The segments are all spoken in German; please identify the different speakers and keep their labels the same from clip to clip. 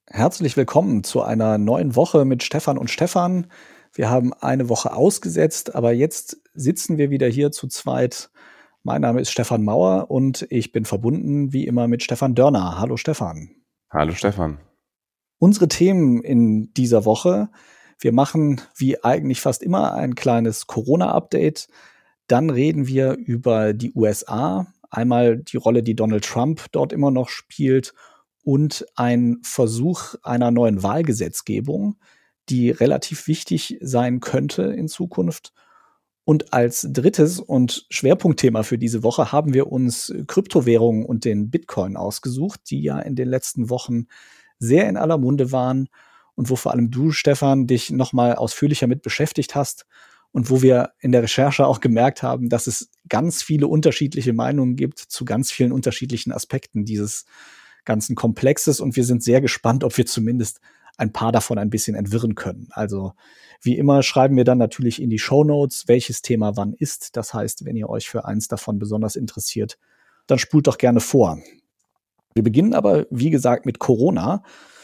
Speaker 1: Herzlich willkommen zu einer neuen Woche mit Stefan und Stefan. Wir haben eine Woche ausgesetzt, aber jetzt sitzen wir wieder hier zu zweit. Mein Name ist Stefan Mauer und ich bin verbunden wie immer mit Stefan Dörner. Hallo Stefan.
Speaker 2: Hallo Stefan.
Speaker 1: Unsere Themen in dieser Woche. Wir machen wie eigentlich fast immer ein kleines Corona-Update. Dann reden wir über die USA. Einmal die Rolle, die Donald Trump dort immer noch spielt und ein Versuch einer neuen Wahlgesetzgebung, die relativ wichtig sein könnte in Zukunft. Und als drittes und Schwerpunktthema für diese Woche haben wir uns Kryptowährungen und den Bitcoin ausgesucht, die ja in den letzten Wochen sehr in aller Munde waren und wo vor allem du, Stefan, dich noch mal ausführlicher mit beschäftigt hast und wo wir in der Recherche auch gemerkt haben, dass es ganz viele unterschiedliche Meinungen gibt zu ganz vielen unterschiedlichen Aspekten dieses ganzen Komplexes. Und wir sind sehr gespannt, ob wir zumindest ein paar davon ein bisschen entwirren können. Also wie immer schreiben wir dann natürlich in die Shownotes, welches Thema wann ist. Das heißt, wenn ihr euch für eins davon besonders interessiert, dann spult doch gerne vor. Wir beginnen aber, wie gesagt, mit Corona.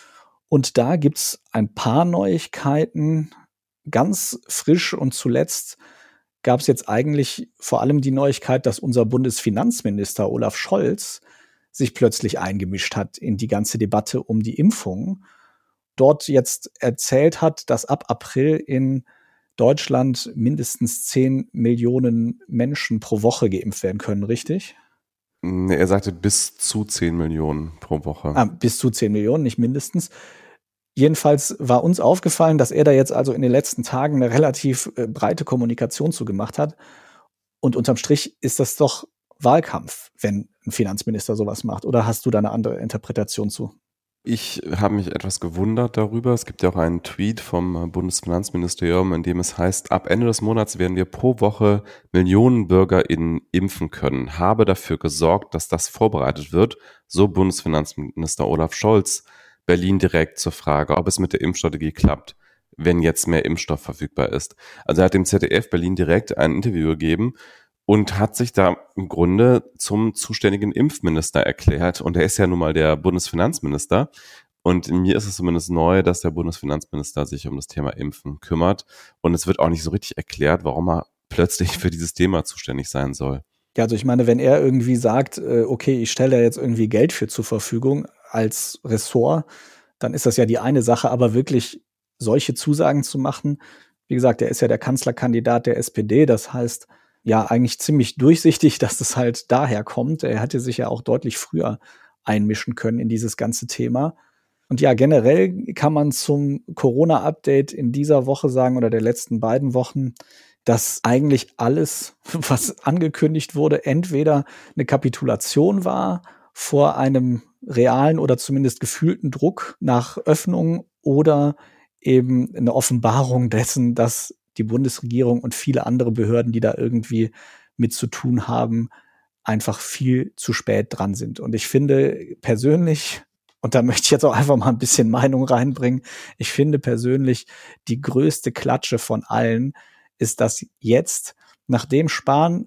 Speaker 1: Und da gibt's ein paar Neuigkeiten. Ganz frisch und zuletzt gab es jetzt eigentlich vor allem die Neuigkeit, dass unser Bundesfinanzminister Olaf Scholz sich plötzlich eingemischt hat in die ganze Debatte um die Impfung. Dort jetzt erzählt hat, dass ab April in Deutschland mindestens 10 Millionen Menschen pro Woche geimpft werden können, richtig?
Speaker 2: Nee, er sagte bis zu 10 Millionen pro Woche.
Speaker 1: Bis zu 10 Millionen, nicht mindestens. Jedenfalls war uns aufgefallen, dass er da jetzt also in den letzten Tagen eine relativ breite Kommunikation zu gemacht hat. Und unterm Strich ist das doch Wahlkampf, wenn ein Finanzminister sowas macht. Oder hast du da eine andere Interpretation zu?
Speaker 2: Ich habe mich etwas gewundert darüber. Es gibt ja auch einen Tweet vom Bundesfinanzministerium, in dem es heißt, ab Ende des Monats werden wir pro Woche Millionen BürgerInnen impfen können. Habe dafür gesorgt, dass das vorbereitet wird, so Bundesfinanzminister Olaf Scholz. Berlin direkt zur Frage, ob es mit der Impfstrategie klappt, wenn jetzt mehr Impfstoff verfügbar ist. Also er hat dem ZDF Berlin direkt ein Interview gegeben und hat sich da im Grunde zum zuständigen Impfminister erklärt. Und er ist ja nun mal der Bundesfinanzminister. Und mir ist es zumindest neu, dass der Bundesfinanzminister sich um das Thema Impfen kümmert. Und es wird auch nicht so richtig erklärt, warum er plötzlich für dieses Thema zuständig sein soll.
Speaker 1: Ja, also ich meine, wenn er irgendwie sagt, okay, ich stelle da jetzt irgendwie Geld für zur Verfügung als Ressort, dann ist das ja die eine Sache, aber wirklich solche Zusagen zu machen, wie gesagt, er ist ja der Kanzlerkandidat der SPD, das heißt, ja, eigentlich ziemlich durchsichtig, dass das halt daher kommt. Er hätte sich ja auch deutlich früher einmischen können in dieses ganze Thema. Und ja, generell kann man zum Corona-Update in dieser Woche sagen oder der letzten beiden Wochen, dass eigentlich alles, was angekündigt wurde, entweder eine Kapitulation war vor einem realen oder zumindest gefühlten Druck nach Öffnung oder eben eine Offenbarung dessen, dass die Bundesregierung und viele andere Behörden, die da irgendwie mit zu tun haben, einfach viel zu spät dran sind. Und ich finde persönlich, und da möchte ich jetzt auch einfach mal ein bisschen Meinung reinbringen, ich finde persönlich, die größte Klatsche von allen ist, dass jetzt, nachdem Spahn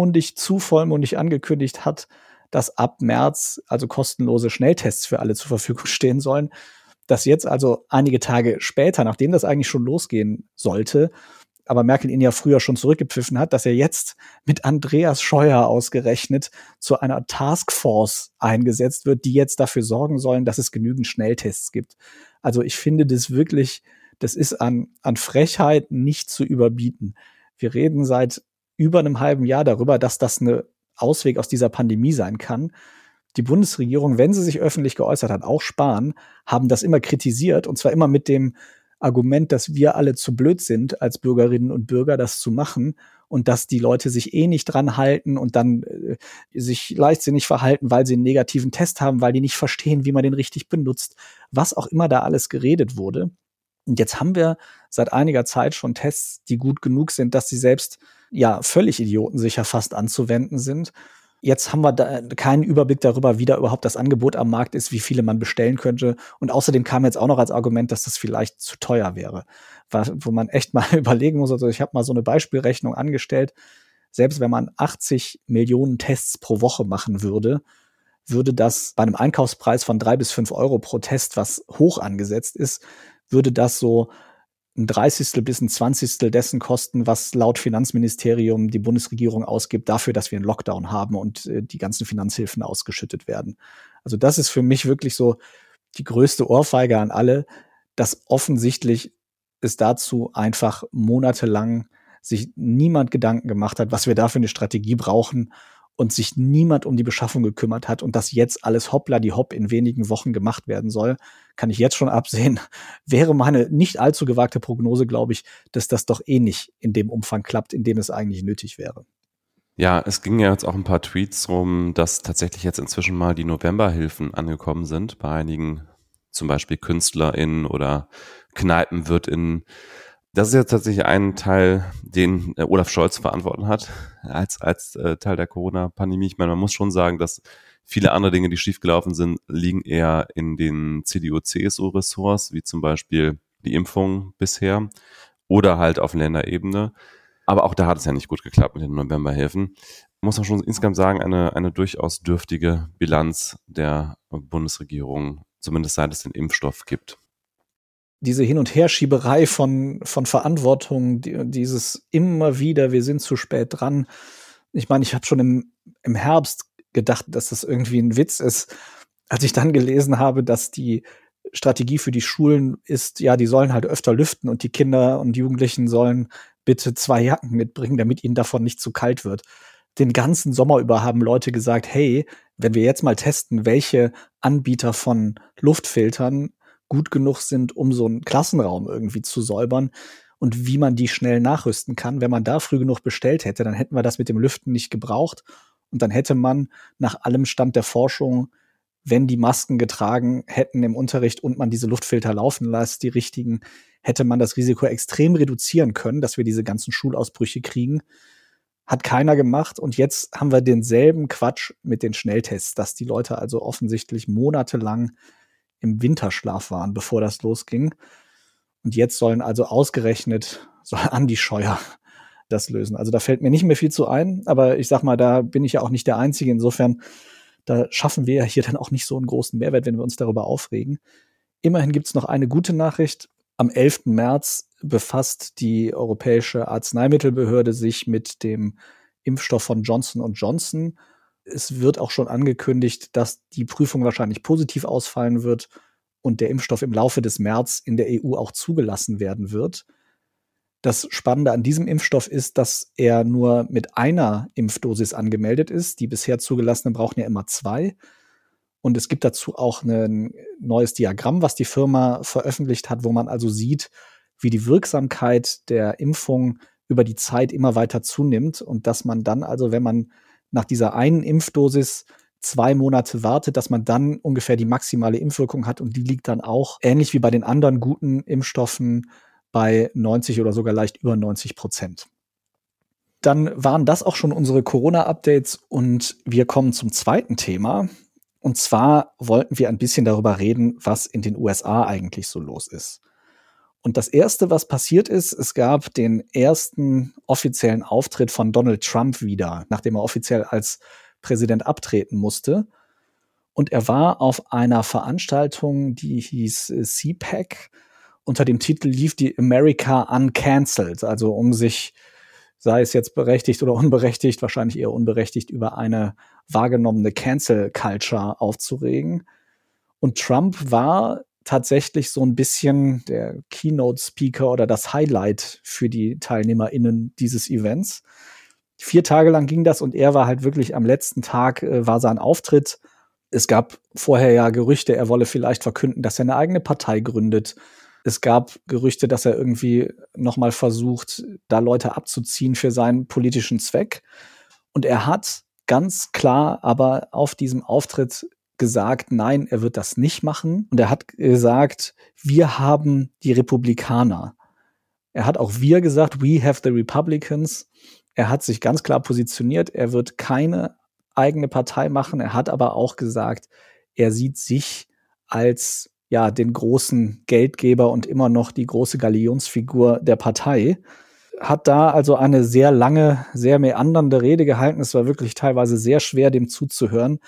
Speaker 1: zu vollmundig angekündigt hat, dass ab März also kostenlose Schnelltests für alle zur Verfügung stehen sollen, dass jetzt also einige Tage später, nachdem das eigentlich schon losgehen sollte, aber Merkel ihn ja früher schon zurückgepfiffen hat, dass er jetzt mit Andreas Scheuer ausgerechnet zu einer Taskforce eingesetzt wird, die jetzt dafür sorgen sollen, dass es genügend Schnelltests gibt. Also ich finde das wirklich, das ist an Frechheit nicht zu überbieten. Wir reden seit über einem halben Jahr darüber, dass das eine Ausweg aus dieser Pandemie sein kann. Die Bundesregierung, wenn sie sich öffentlich geäußert hat, auch Spahn, haben das immer kritisiert, und zwar immer mit dem Argument, dass wir alle zu blöd sind, als Bürgerinnen und Bürger das zu machen und dass die Leute sich eh nicht dran halten und dann sich leichtsinnig verhalten, weil sie einen negativen Test haben, weil die nicht verstehen, wie man den richtig benutzt, was auch immer da alles geredet wurde. Und jetzt haben wir seit einiger Zeit schon Tests, die gut genug sind, dass sie selbst ja völlig idiotensicher fast anzuwenden sind. Jetzt haben wir da keinen Überblick darüber, wie da überhaupt das Angebot am Markt ist, wie viele man bestellen könnte. Und außerdem kam jetzt auch noch als Argument, dass das vielleicht zu teuer wäre. Wo man echt mal überlegen muss. Also ich habe mal so eine Beispielrechnung angestellt. Selbst wenn man 80 Millionen Tests pro Woche machen würde, würde das bei einem Einkaufspreis von 3 bis 5 Euro pro Test, was hoch angesetzt ist, würde das so ein 30. bis ein 20. dessen kosten, was laut Finanzministerium die Bundesregierung ausgibt dafür, dass wir einen Lockdown haben und die ganzen Finanzhilfen ausgeschüttet werden. Also das ist für mich wirklich so die größte Ohrfeige an alle, dass offensichtlich es dazu einfach monatelang sich niemand Gedanken gemacht hat, was wir da für eine Strategie brauchen und sich niemand um die Beschaffung gekümmert hat und dass jetzt alles hoppla die hopp in wenigen Wochen gemacht werden soll, kann ich jetzt schon absehen. Wäre meine nicht allzu gewagte Prognose, glaube ich, dass das doch eh nicht in dem Umfang klappt, in dem es eigentlich nötig wäre.
Speaker 2: Ja, es gingen ja jetzt auch ein paar Tweets rum, dass tatsächlich jetzt inzwischen mal die Novemberhilfen angekommen sind bei einigen, zum Beispiel KünstlerInnen oder KneipenwirtInnen. Das ist jetzt tatsächlich ein Teil, den Olaf Scholz verantworten hat, als Teil der Corona-Pandemie. Ich meine, man muss schon sagen, dass viele andere Dinge, die schiefgelaufen sind, liegen eher in den CDU-CSU-Ressorts, wie zum Beispiel die Impfung bisher oder halt auf Länderebene. Aber auch da hat es ja nicht gut geklappt mit den Novemberhilfen. Muss man schon insgesamt sagen, eine durchaus dürftige Bilanz der Bundesregierung, zumindest seit es den Impfstoff gibt.
Speaker 1: Diese Hin- und Herschieberei von Verantwortung, dieses immer wieder, wir sind zu spät dran. Ich meine, ich habe schon im Herbst gedacht, dass das irgendwie ein Witz ist, als ich dann gelesen habe, dass die Strategie für die Schulen ist, ja, die sollen halt öfter lüften und die Kinder und Jugendlichen sollen bitte 2 Jacken mitbringen, damit ihnen davon nicht zu kalt wird. Den ganzen Sommer über haben Leute gesagt, hey, wenn wir jetzt mal testen, welche Anbieter von Luftfiltern gut genug sind, um so einen Klassenraum irgendwie zu säubern und wie man die schnell nachrüsten kann. Wenn man da früh genug bestellt hätte, dann hätten wir das mit dem Lüften nicht gebraucht. Und dann hätte man nach allem Stand der Forschung, wenn die Masken getragen hätten im Unterricht und man diese Luftfilter laufen lässt, die richtigen, hätte man das Risiko extrem reduzieren können, dass wir diese ganzen Schulausbrüche kriegen. Hat keiner gemacht. Und jetzt haben wir denselben Quatsch mit den Schnelltests, dass die Leute also offensichtlich monatelang im Winterschlaf waren, bevor das losging. Und jetzt sollen also ausgerechnet, soll Andi Scheuer das lösen. Also da fällt mir nicht mehr viel zu ein, aber ich sag mal, da bin ich ja auch nicht der Einzige. Insofern, da schaffen wir ja hier dann auch nicht so einen großen Mehrwert, wenn wir uns darüber aufregen. Immerhin gibt's noch eine gute Nachricht. Am 11. März befasst die Europäische Arzneimittelbehörde sich mit dem Impfstoff von Johnson & Johnson. Es wird auch schon angekündigt, dass die Prüfung wahrscheinlich positiv ausfallen wird und der Impfstoff im Laufe des März in der EU auch zugelassen werden wird. Das Spannende an diesem Impfstoff ist, dass er nur mit einer Impfdosis angemeldet ist. Die bisher zugelassenen brauchen ja immer 2. Und es gibt dazu auch ein neues Diagramm, was die Firma veröffentlicht hat, wo man also sieht, wie die Wirksamkeit der Impfung über die Zeit immer weiter zunimmt und dass man dann also, wenn man nach dieser einen Impfdosis 2 Monate wartet, dass man dann ungefähr die maximale Impfwirkung hat und die liegt dann auch ähnlich wie bei den anderen guten Impfstoffen bei 90 oder sogar leicht über 90%. Dann waren das auch schon unsere Corona-Updates und wir kommen zum zweiten Thema. Und zwar wollten wir ein bisschen darüber reden, was in den USA eigentlich so los ist. Und das Erste, was passiert ist, es gab den ersten offiziellen Auftritt von Donald Trump wieder, nachdem er offiziell als Präsident abtreten musste. Und er war auf einer Veranstaltung, die hieß CPAC. Unter dem Titel lief die America Uncancelled, also um sich, sei es jetzt berechtigt oder unberechtigt, wahrscheinlich eher unberechtigt, über eine wahrgenommene Cancel Culture aufzuregen. Und Trump war tatsächlich so ein bisschen der Keynote-Speaker oder das Highlight für die TeilnehmerInnen dieses Events. 4 Tage lang ging das und er war halt wirklich am letzten Tag, war sein Auftritt. Es gab vorher ja Gerüchte, er wolle vielleicht verkünden, dass er eine eigene Partei gründet. Es gab Gerüchte, dass er irgendwie nochmal versucht, da Leute abzuziehen für seinen politischen Zweck. Und er hat ganz klar aber auf diesem Auftritt gesagt, nein, er wird das nicht machen. Und er hat gesagt, wir haben die Republikaner. Er hat auch wir gesagt, we have the Republicans. Er hat sich ganz klar positioniert, er wird keine eigene Partei machen. Er hat aber auch gesagt, er sieht sich als ja den großen Geldgeber und immer noch die große Galionsfigur der Partei. Hat da also eine sehr lange, sehr meandernde Rede gehalten. Es war wirklich teilweise sehr schwer, dem zuzuhören,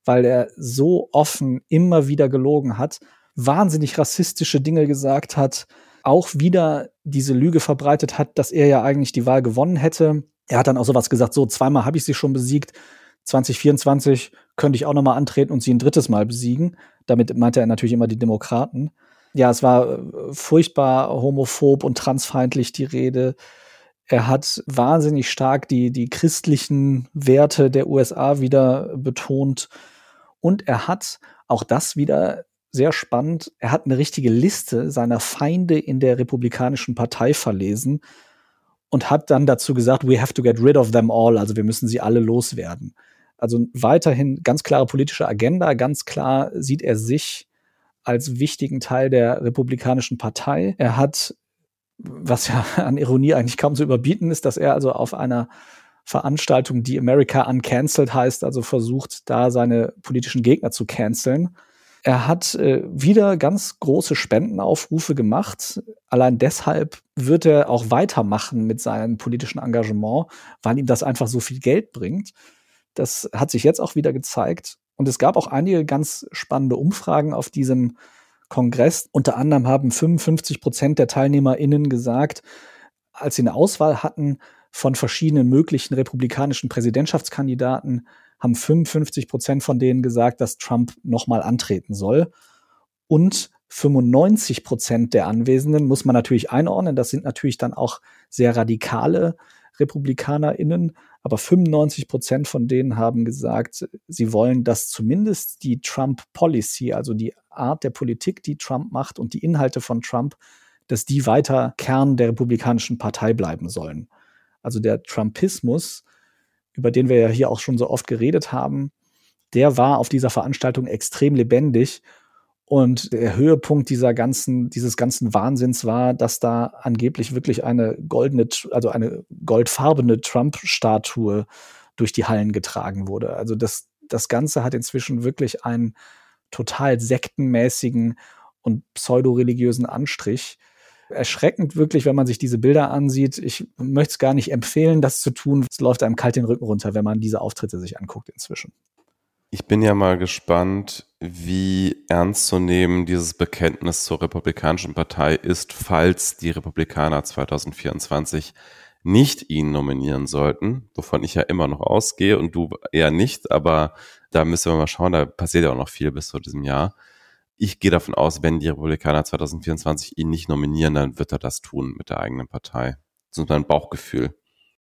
Speaker 1: weil er so offen immer wieder gelogen hat, wahnsinnig rassistische Dinge gesagt hat, auch wieder diese Lüge verbreitet hat, dass er ja eigentlich die Wahl gewonnen hätte. Er hat dann auch sowas gesagt, so 2-mal habe ich sie schon besiegt, 2024 könnte ich auch nochmal antreten und sie ein 3. Mal besiegen. Damit meinte er natürlich immer die Demokraten. Ja, es war furchtbar homophob und transfeindlich, die Rede. Er hat wahnsinnig stark die christlichen Werte der USA wieder betont. Und er hat, auch das wieder sehr spannend, er hat eine richtige Liste seiner Feinde in der Republikanischen Partei verlesen und hat dann dazu gesagt, we have to get rid of them all, also wir müssen sie alle loswerden. Also weiterhin ganz klare politische Agenda, ganz klar sieht er sich als wichtigen Teil der Republikanischen Partei. Er hat, was ja an Ironie eigentlich kaum zu überbieten ist, dass er also auf einer Veranstaltung, die America Uncancelled heißt, also versucht, da seine politischen Gegner zu canceln. Er hat wieder ganz große Spendenaufrufe gemacht. Allein deshalb wird er auch weitermachen mit seinem politischen Engagement, weil ihm das einfach so viel Geld bringt. Das hat sich jetzt auch wieder gezeigt. Und es gab auch einige ganz spannende Umfragen auf diesem Kongress. Unter anderem haben 55% der TeilnehmerInnen gesagt, als sie eine Auswahl hatten von verschiedenen möglichen republikanischen Präsidentschaftskandidaten, haben 55% von denen gesagt, dass Trump nochmal antreten soll. Und 95% der Anwesenden muss man natürlich einordnen. Das sind natürlich dann auch sehr radikale RepublikanerInnen. Aber 95% von denen haben gesagt, sie wollen, dass zumindest die Trump-Policy, also die Art der Politik, die Trump macht und die Inhalte von Trump, dass die weiter Kern der Republikanischen Partei bleiben sollen. Also der Trumpismus, über den wir ja hier auch schon so oft geredet haben, der war auf dieser Veranstaltung extrem lebendig. Und der Höhepunkt dieses ganzen Wahnsinns war, dass da angeblich wirklich eine goldfarbene Trump-Statue durch die Hallen getragen wurde. Also das Ganze hat inzwischen wirklich einen total sektenmäßigen und pseudoreligiösen Anstrich. Erschreckend wirklich, wenn man sich diese Bilder ansieht. Ich möchte es gar nicht empfehlen, das zu tun. Es läuft einem kalt den Rücken runter, wenn man diese Auftritte sich anguckt inzwischen.
Speaker 2: Ich bin ja mal gespannt, wie ernst zu nehmen dieses Bekenntnis zur Republikanischen Partei ist, falls die Republikaner 2024 nicht ihn nominieren sollten, wovon ich ja immer noch ausgehe und du eher nicht, aber da müssen wir mal schauen, da passiert ja auch noch viel bis zu diesem Jahr. Ich gehe davon aus, wenn die Republikaner 2024 ihn nicht nominieren, dann wird er das tun mit der eigenen Partei. Das ist mein Bauchgefühl.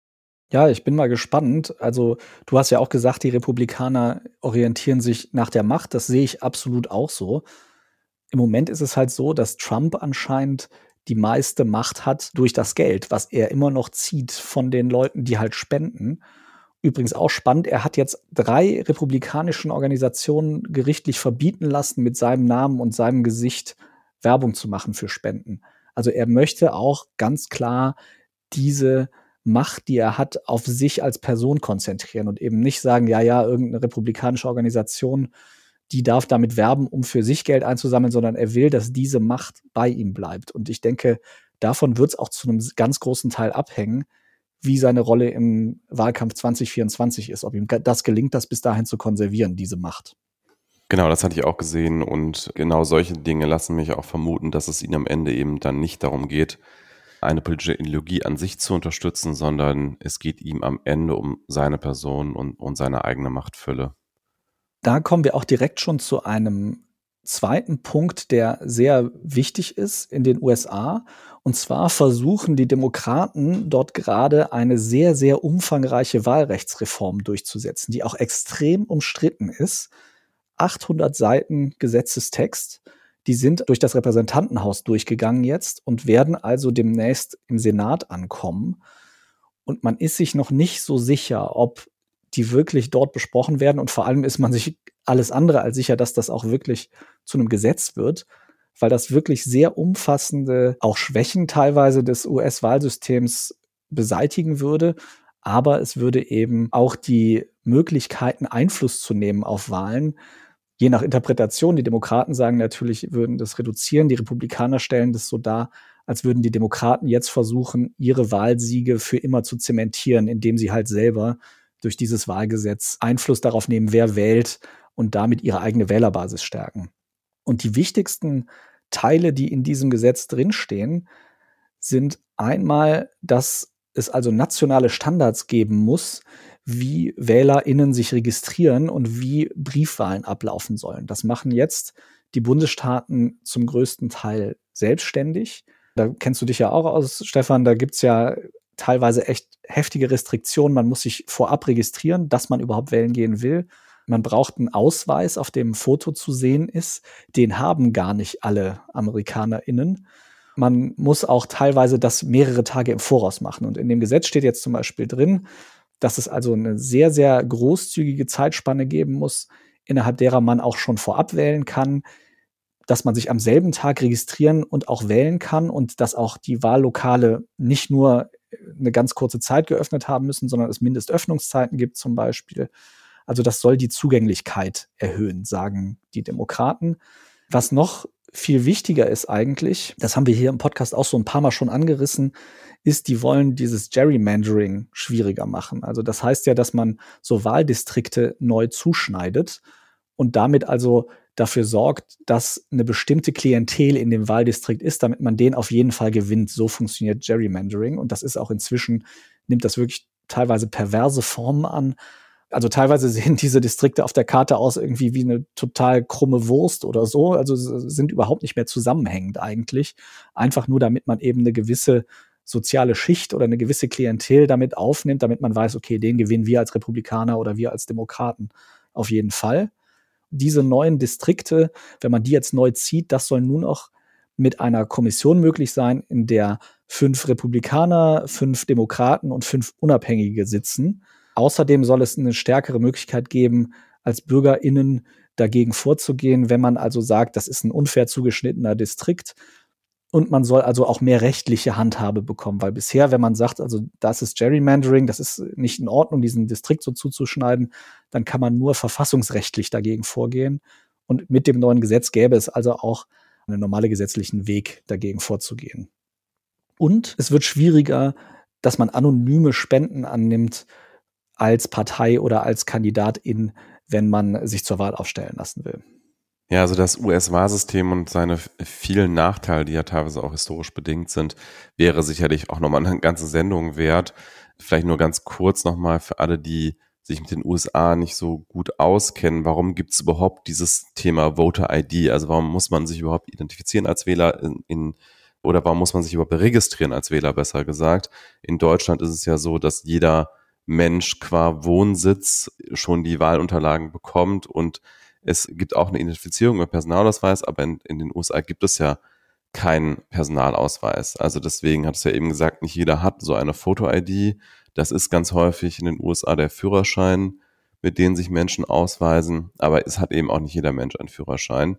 Speaker 1: Ja, ich bin mal gespannt. Also, du hast ja auch gesagt, die Republikaner orientieren sich nach der Macht. Das sehe ich absolut auch so. Im Moment ist es halt so, dass Trump anscheinend die meiste Macht hat durch das Geld, was er immer noch zieht von den Leuten, die halt spenden. Übrigens auch spannend, er hat jetzt 3 republikanischen Organisationen gerichtlich verbieten lassen, mit seinem Namen und seinem Gesicht Werbung zu machen für Spenden. Also er möchte auch ganz klar diese Macht, die er hat, auf sich als Person konzentrieren und eben nicht sagen, ja, irgendeine republikanische Organisation, die darf damit werben, um für sich Geld einzusammeln, sondern er will, dass diese Macht bei ihm bleibt. Und ich denke, davon wird es auch zu einem ganz großen Teil abhängen, wie seine Rolle im Wahlkampf 2024 ist, ob ihm das gelingt, das bis dahin zu konservieren, diese Macht.
Speaker 2: Genau, das hatte ich auch gesehen und genau solche Dinge lassen mich auch vermuten, dass es ihm am Ende eben dann nicht darum geht, eine politische Ideologie an sich zu unterstützen, sondern es geht ihm am Ende um seine Person und seine eigene Machtfülle.
Speaker 1: Da kommen wir auch direkt schon zu einem zweiten Punkt, der sehr wichtig ist in den USA. Und zwar versuchen die Demokraten dort gerade eine sehr, sehr umfangreiche Wahlrechtsreform durchzusetzen, die auch extrem umstritten ist. 800 Seiten Gesetzestext, die sind durch das Repräsentantenhaus durchgegangen jetzt und werden also demnächst im Senat ankommen. Und man ist sich noch nicht so sicher, ob die wirklich dort besprochen werden. Und vor allem ist man sich alles andere als sicher, dass das auch wirklich zu einem Gesetz wird, weil das wirklich sehr umfassende, auch Schwächen teilweise des US-Wahlsystems beseitigen würde. Aber es würde eben auch die Möglichkeiten, Einfluss zu nehmen auf Wahlen, je nach Interpretation. Die Demokraten sagen natürlich, würden das reduzieren. Die Republikaner stellen das so dar, als würden die Demokraten jetzt versuchen, ihre Wahlsiege für immer zu zementieren, indem sie halt selber durch dieses Wahlgesetz Einfluss darauf nehmen, wer wählt und damit ihre eigene Wählerbasis stärken. Und die wichtigsten Teile, die in diesem Gesetz drinstehen, sind einmal, dass es also nationale Standards geben muss, wie WählerInnen sich registrieren und wie Briefwahlen ablaufen sollen. Das machen jetzt die Bundesstaaten zum größten Teil selbstständig. Da kennst du dich ja auch aus, Stefan. Da gibt's ja teilweise echt heftige Restriktionen. Man muss sich vorab registrieren, dass man überhaupt wählen gehen will. Man braucht einen Ausweis, auf dem ein Foto zu sehen ist. Den haben gar nicht alle AmerikanerInnen. Man muss auch teilweise das mehrere Tage im Voraus machen. Und in dem Gesetz steht jetzt zum Beispiel drin, dass es also eine sehr, sehr großzügige Zeitspanne geben muss, innerhalb derer man auch schon vorab wählen kann, dass man sich am selben Tag registrieren und auch wählen kann und dass auch die Wahllokale nicht nur eine ganz kurze Zeit geöffnet haben müssen, sondern es Mindestöffnungszeiten gibt zum Beispiel. Also das soll die Zugänglichkeit erhöhen, sagen die Demokraten. Was noch viel wichtiger ist eigentlich, das haben wir hier im Podcast auch so ein paar Mal schon angerissen, ist, die wollen dieses Gerrymandering schwieriger machen. Also das heißt ja, dass man so Wahldistrikte neu zuschneidet und damit also dafür sorgt, dass eine bestimmte Klientel in dem Wahldistrikt ist, damit man den auf jeden Fall gewinnt. So funktioniert Gerrymandering. Und das ist auch inzwischen, nimmt das wirklich teilweise perverse Formen an. Also teilweise sehen diese Distrikte auf der Karte aus irgendwie wie eine total krumme Wurst oder so. Also sind überhaupt nicht mehr zusammenhängend eigentlich. Einfach nur, damit man eben eine gewisse soziale Schicht oder eine gewisse Klientel damit aufnimmt, damit man weiß, okay, den gewinnen wir als Republikaner oder wir als Demokraten auf jeden Fall. Diese neuen Distrikte, wenn man die jetzt neu zieht, das soll nun auch mit einer Kommission möglich sein, in der 5 Republikaner, 5 Demokraten und 5 Unabhängige sitzen. Außerdem soll es eine stärkere Möglichkeit geben, als BürgerInnen dagegen vorzugehen, wenn man also sagt, das ist ein unfair zugeschnittener Distrikt. Und man soll also auch mehr rechtliche Handhabe bekommen, weil bisher, wenn man sagt, also das ist Gerrymandering, das ist nicht in Ordnung, diesen Distrikt so zuzuschneiden, dann kann man nur verfassungsrechtlich dagegen vorgehen. Und mit dem neuen Gesetz gäbe es also auch einen normalen gesetzlichen Weg, dagegen vorzugehen. Und es wird schwieriger, dass man anonyme Spenden annimmt als Partei oder als Kandidatin, wenn man sich zur Wahl aufstellen lassen will.
Speaker 2: Ja, also das US-Wahlsystem und seine vielen Nachteile, die ja teilweise auch historisch bedingt sind, wäre sicherlich auch nochmal eine ganze Sendung wert. Vielleicht nur ganz kurz nochmal für alle, die sich mit den USA nicht so gut auskennen. Warum gibt es überhaupt dieses Thema Voter-ID? Also warum muss man sich überhaupt identifizieren als Wähler oder warum muss man sich überhaupt registrieren als Wähler, besser gesagt? In Deutschland ist es ja so, dass jeder Mensch qua Wohnsitz schon die Wahlunterlagen bekommt und es gibt auch eine Identifizierung über Personalausweis, aber in den USA gibt es ja keinen Personalausweis. Also deswegen hat es ja eben gesagt, nicht jeder hat so eine Foto-ID. Das ist ganz häufig in den USA der Führerschein, mit dem sich Menschen ausweisen, aber es hat eben auch nicht jeder Mensch einen Führerschein.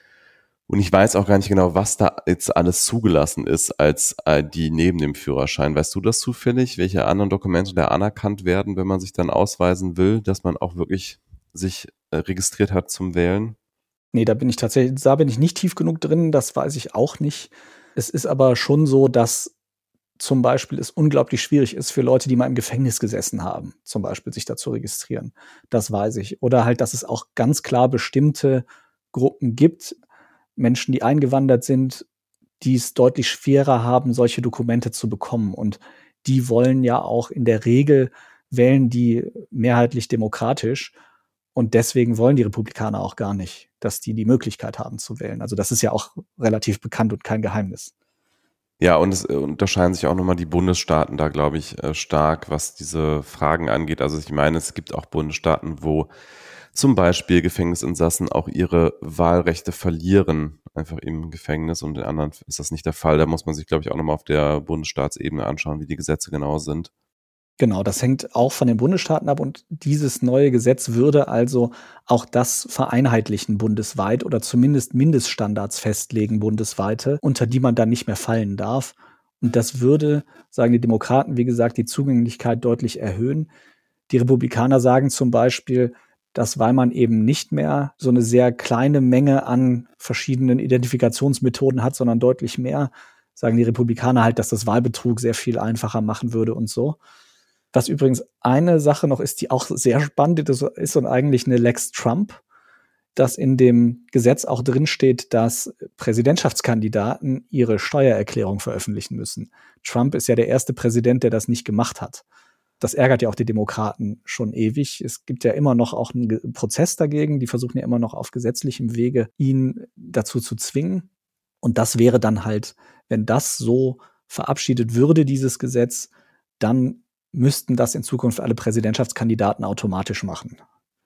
Speaker 2: Und ich weiß auch gar nicht genau, was da jetzt alles zugelassen ist als ID neben dem Führerschein. Weißt du das zufällig, welche anderen Dokumente da anerkannt werden, wenn man sich dann ausweisen will, dass man auch wirklich sich registriert hat zum Wählen?
Speaker 1: Nee, da bin ich nicht tief genug drin, das weiß ich auch nicht. Es ist aber schon so, dass zum Beispiel es unglaublich schwierig ist für Leute, die mal im Gefängnis gesessen haben, zum Beispiel sich da zu registrieren. Das weiß ich. Oder halt, dass es auch ganz klar bestimmte Gruppen gibt, Menschen, die eingewandert sind, die es deutlich schwerer haben, solche Dokumente zu bekommen. Und die wollen ja auch in der Regel wählen die mehrheitlich demokratisch. Und deswegen wollen die Republikaner auch gar nicht, dass die Möglichkeit haben zu wählen. Also das ist ja auch relativ bekannt und kein Geheimnis.
Speaker 2: Ja, und es unterscheiden sich auch nochmal die Bundesstaaten da, glaube ich, stark, was diese Fragen angeht. Also ich meine, es gibt auch Bundesstaaten, wo zum Beispiel Gefängnisinsassen auch ihre Wahlrechte verlieren, einfach im Gefängnis, und in anderen ist das nicht der Fall. Da muss man sich, glaube ich, auch nochmal auf der Bundesstaatsebene anschauen, wie die Gesetze genau sind.
Speaker 1: Genau, das hängt auch von den Bundesstaaten ab und dieses neue Gesetz würde also auch das vereinheitlichen bundesweit oder zumindest Mindeststandards festlegen bundesweite, unter die man dann nicht mehr fallen darf. Und das würde, sagen die Demokraten, wie gesagt, die Zugänglichkeit deutlich erhöhen. Die Republikaner sagen zum Beispiel, dass weil man eben nicht mehr so eine sehr kleine Menge an verschiedenen Identifikationsmethoden hat, sondern deutlich mehr, sagen die Republikaner halt, dass das Wahlbetrug sehr viel einfacher machen würde und so. Was übrigens eine Sache noch ist, die auch sehr spannend ist und eigentlich eine Lex Trump. dass in dem Gesetz auch drinsteht, dass Präsidentschaftskandidaten ihre Steuererklärung veröffentlichen müssen. Trump ist ja der erste Präsident, der das nicht gemacht hat. Das ärgert ja auch die Demokraten schon ewig. Es gibt ja immer noch auch einen Prozess dagegen. Die versuchen ja immer noch auf gesetzlichem Wege, ihn dazu zu zwingen. Und das wäre dann halt, wenn das so verabschiedet würde, dieses Gesetz, dann müssten das in Zukunft alle Präsidentschaftskandidaten automatisch machen.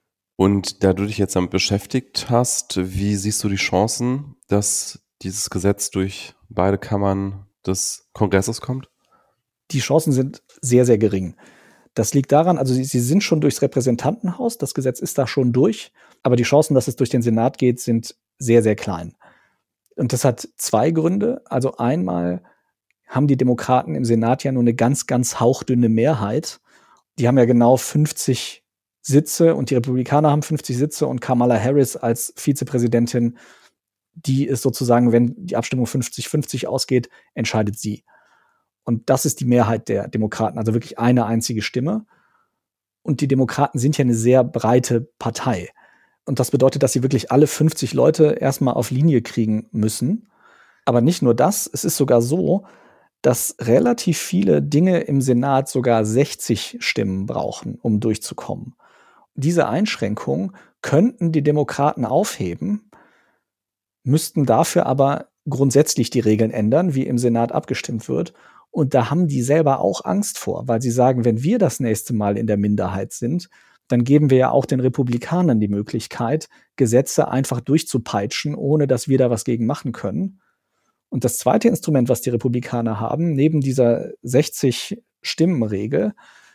Speaker 2: Und da du dich jetzt damit beschäftigt hast, wie siehst du die Chancen, dass dieses Gesetz durch beide Kammern des Kongresses kommt?
Speaker 1: Die Chancen sind sehr, sehr gering. Das liegt daran, also sie sind schon durchs Repräsentantenhaus, das Gesetz ist da schon durch, aber die Chancen, dass es durch den Senat geht, sind sehr, sehr klein. Und das hat zwei Gründe. Also einmal haben die Demokraten im Senat ja nur eine ganz, ganz hauchdünne Mehrheit. Die haben ja genau 50 Sitze und die Republikaner haben 50 Sitze und Kamala Harris als Vizepräsidentin, die ist sozusagen, wenn die Abstimmung 50-50 ausgeht, entscheidet sie. Und das ist die Mehrheit der Demokraten, also wirklich eine einzige Stimme. Und die Demokraten sind ja eine sehr breite Partei. Und das bedeutet, dass sie wirklich alle 50 Leute erstmal auf Linie kriegen müssen. Aber nicht nur das, es ist sogar so, dass relativ viele Dinge im Senat sogar 60 Stimmen brauchen, um durchzukommen. Diese Einschränkung könnten die Demokraten aufheben, müssten dafür aber grundsätzlich die Regeln ändern, wie im Senat abgestimmt wird. Und da haben die selber auch Angst vor, weil sie sagen, wenn wir das nächste Mal in der Minderheit sind, dann geben wir ja auch den Republikanern die Möglichkeit, Gesetze einfach durchzupeitschen, ohne dass wir da was gegen machen können. Und das zweite Instrument, was die Republikaner haben, neben dieser 60-Stimmen-Regel,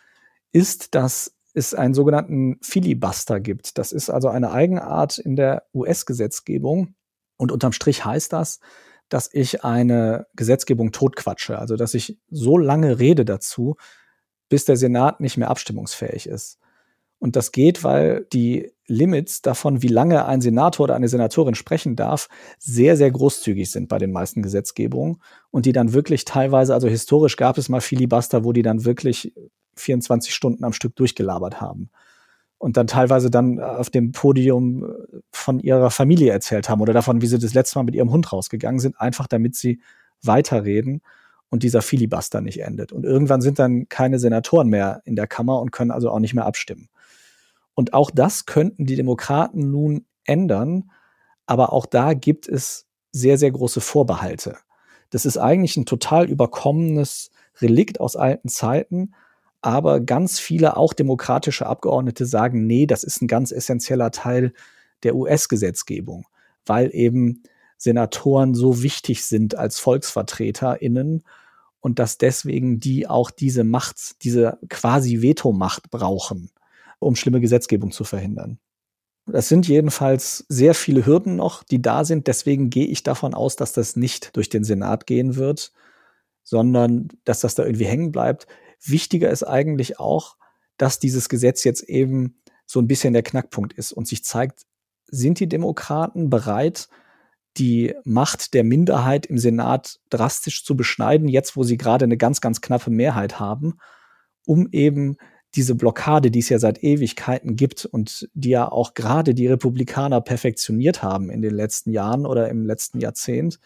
Speaker 1: ist, dass es einen sogenannten Filibuster gibt. Das ist also eine Eigenart in der US-Gesetzgebung. Und unterm Strich heißt das, dass ich eine Gesetzgebung totquatsche. Also, dass ich so lange rede dazu, bis der Senat nicht mehr abstimmungsfähig ist. Und das geht, weil die Limits davon, wie lange ein Senator oder eine Senatorin sprechen darf, sehr, sehr großzügig sind bei den meisten Gesetzgebungen. Und die dann wirklich teilweise, also historisch gab es mal Filibuster, wo die dann wirklich 24 Stunden am Stück durchgelabert haben. Und dann teilweise dann auf dem Podium von ihrer Familie erzählt haben oder davon, wie sie das letzte Mal mit ihrem Hund rausgegangen sind, einfach damit sie weiterreden und dieser Filibuster nicht endet. Und irgendwann sind dann keine Senatoren mehr in der Kammer und können also auch nicht mehr abstimmen. Und auch das könnten die Demokraten nun ändern, aber auch da gibt es sehr, sehr große Vorbehalte. Das ist eigentlich ein total überkommenes Relikt aus alten Zeiten, aber ganz viele, auch demokratische Abgeordnete sagen, nee, das ist ein ganz essentieller Teil der US-Gesetzgebung, weil eben Senatoren so wichtig sind als VolksvertreterInnen und dass deswegen die auch diese Macht, diese quasi Vetomacht brauchen, um schlimme Gesetzgebung zu verhindern. Das sind jedenfalls sehr viele Hürden noch, die da sind. Deswegen gehe ich davon aus, dass das nicht durch den Senat gehen wird, sondern dass das da irgendwie hängen bleibt. Wichtiger ist eigentlich auch, dass dieses Gesetz jetzt eben so ein bisschen der Knackpunkt ist und sich zeigt, sind die Demokraten bereit, die Macht der Minderheit im Senat drastisch zu beschneiden, jetzt wo sie gerade eine ganz, ganz knappe Mehrheit haben, um eben diese Blockade, die es ja seit Ewigkeiten gibt und die ja auch gerade die Republikaner perfektioniert haben in den letzten Jahren oder im letzten Jahrzehnt,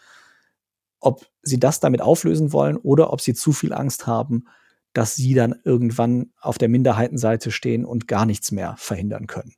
Speaker 1: ob sie das damit auflösen wollen oder ob sie zu viel Angst haben, dass sie dann irgendwann auf der Minderheitenseite stehen und gar nichts mehr verhindern können.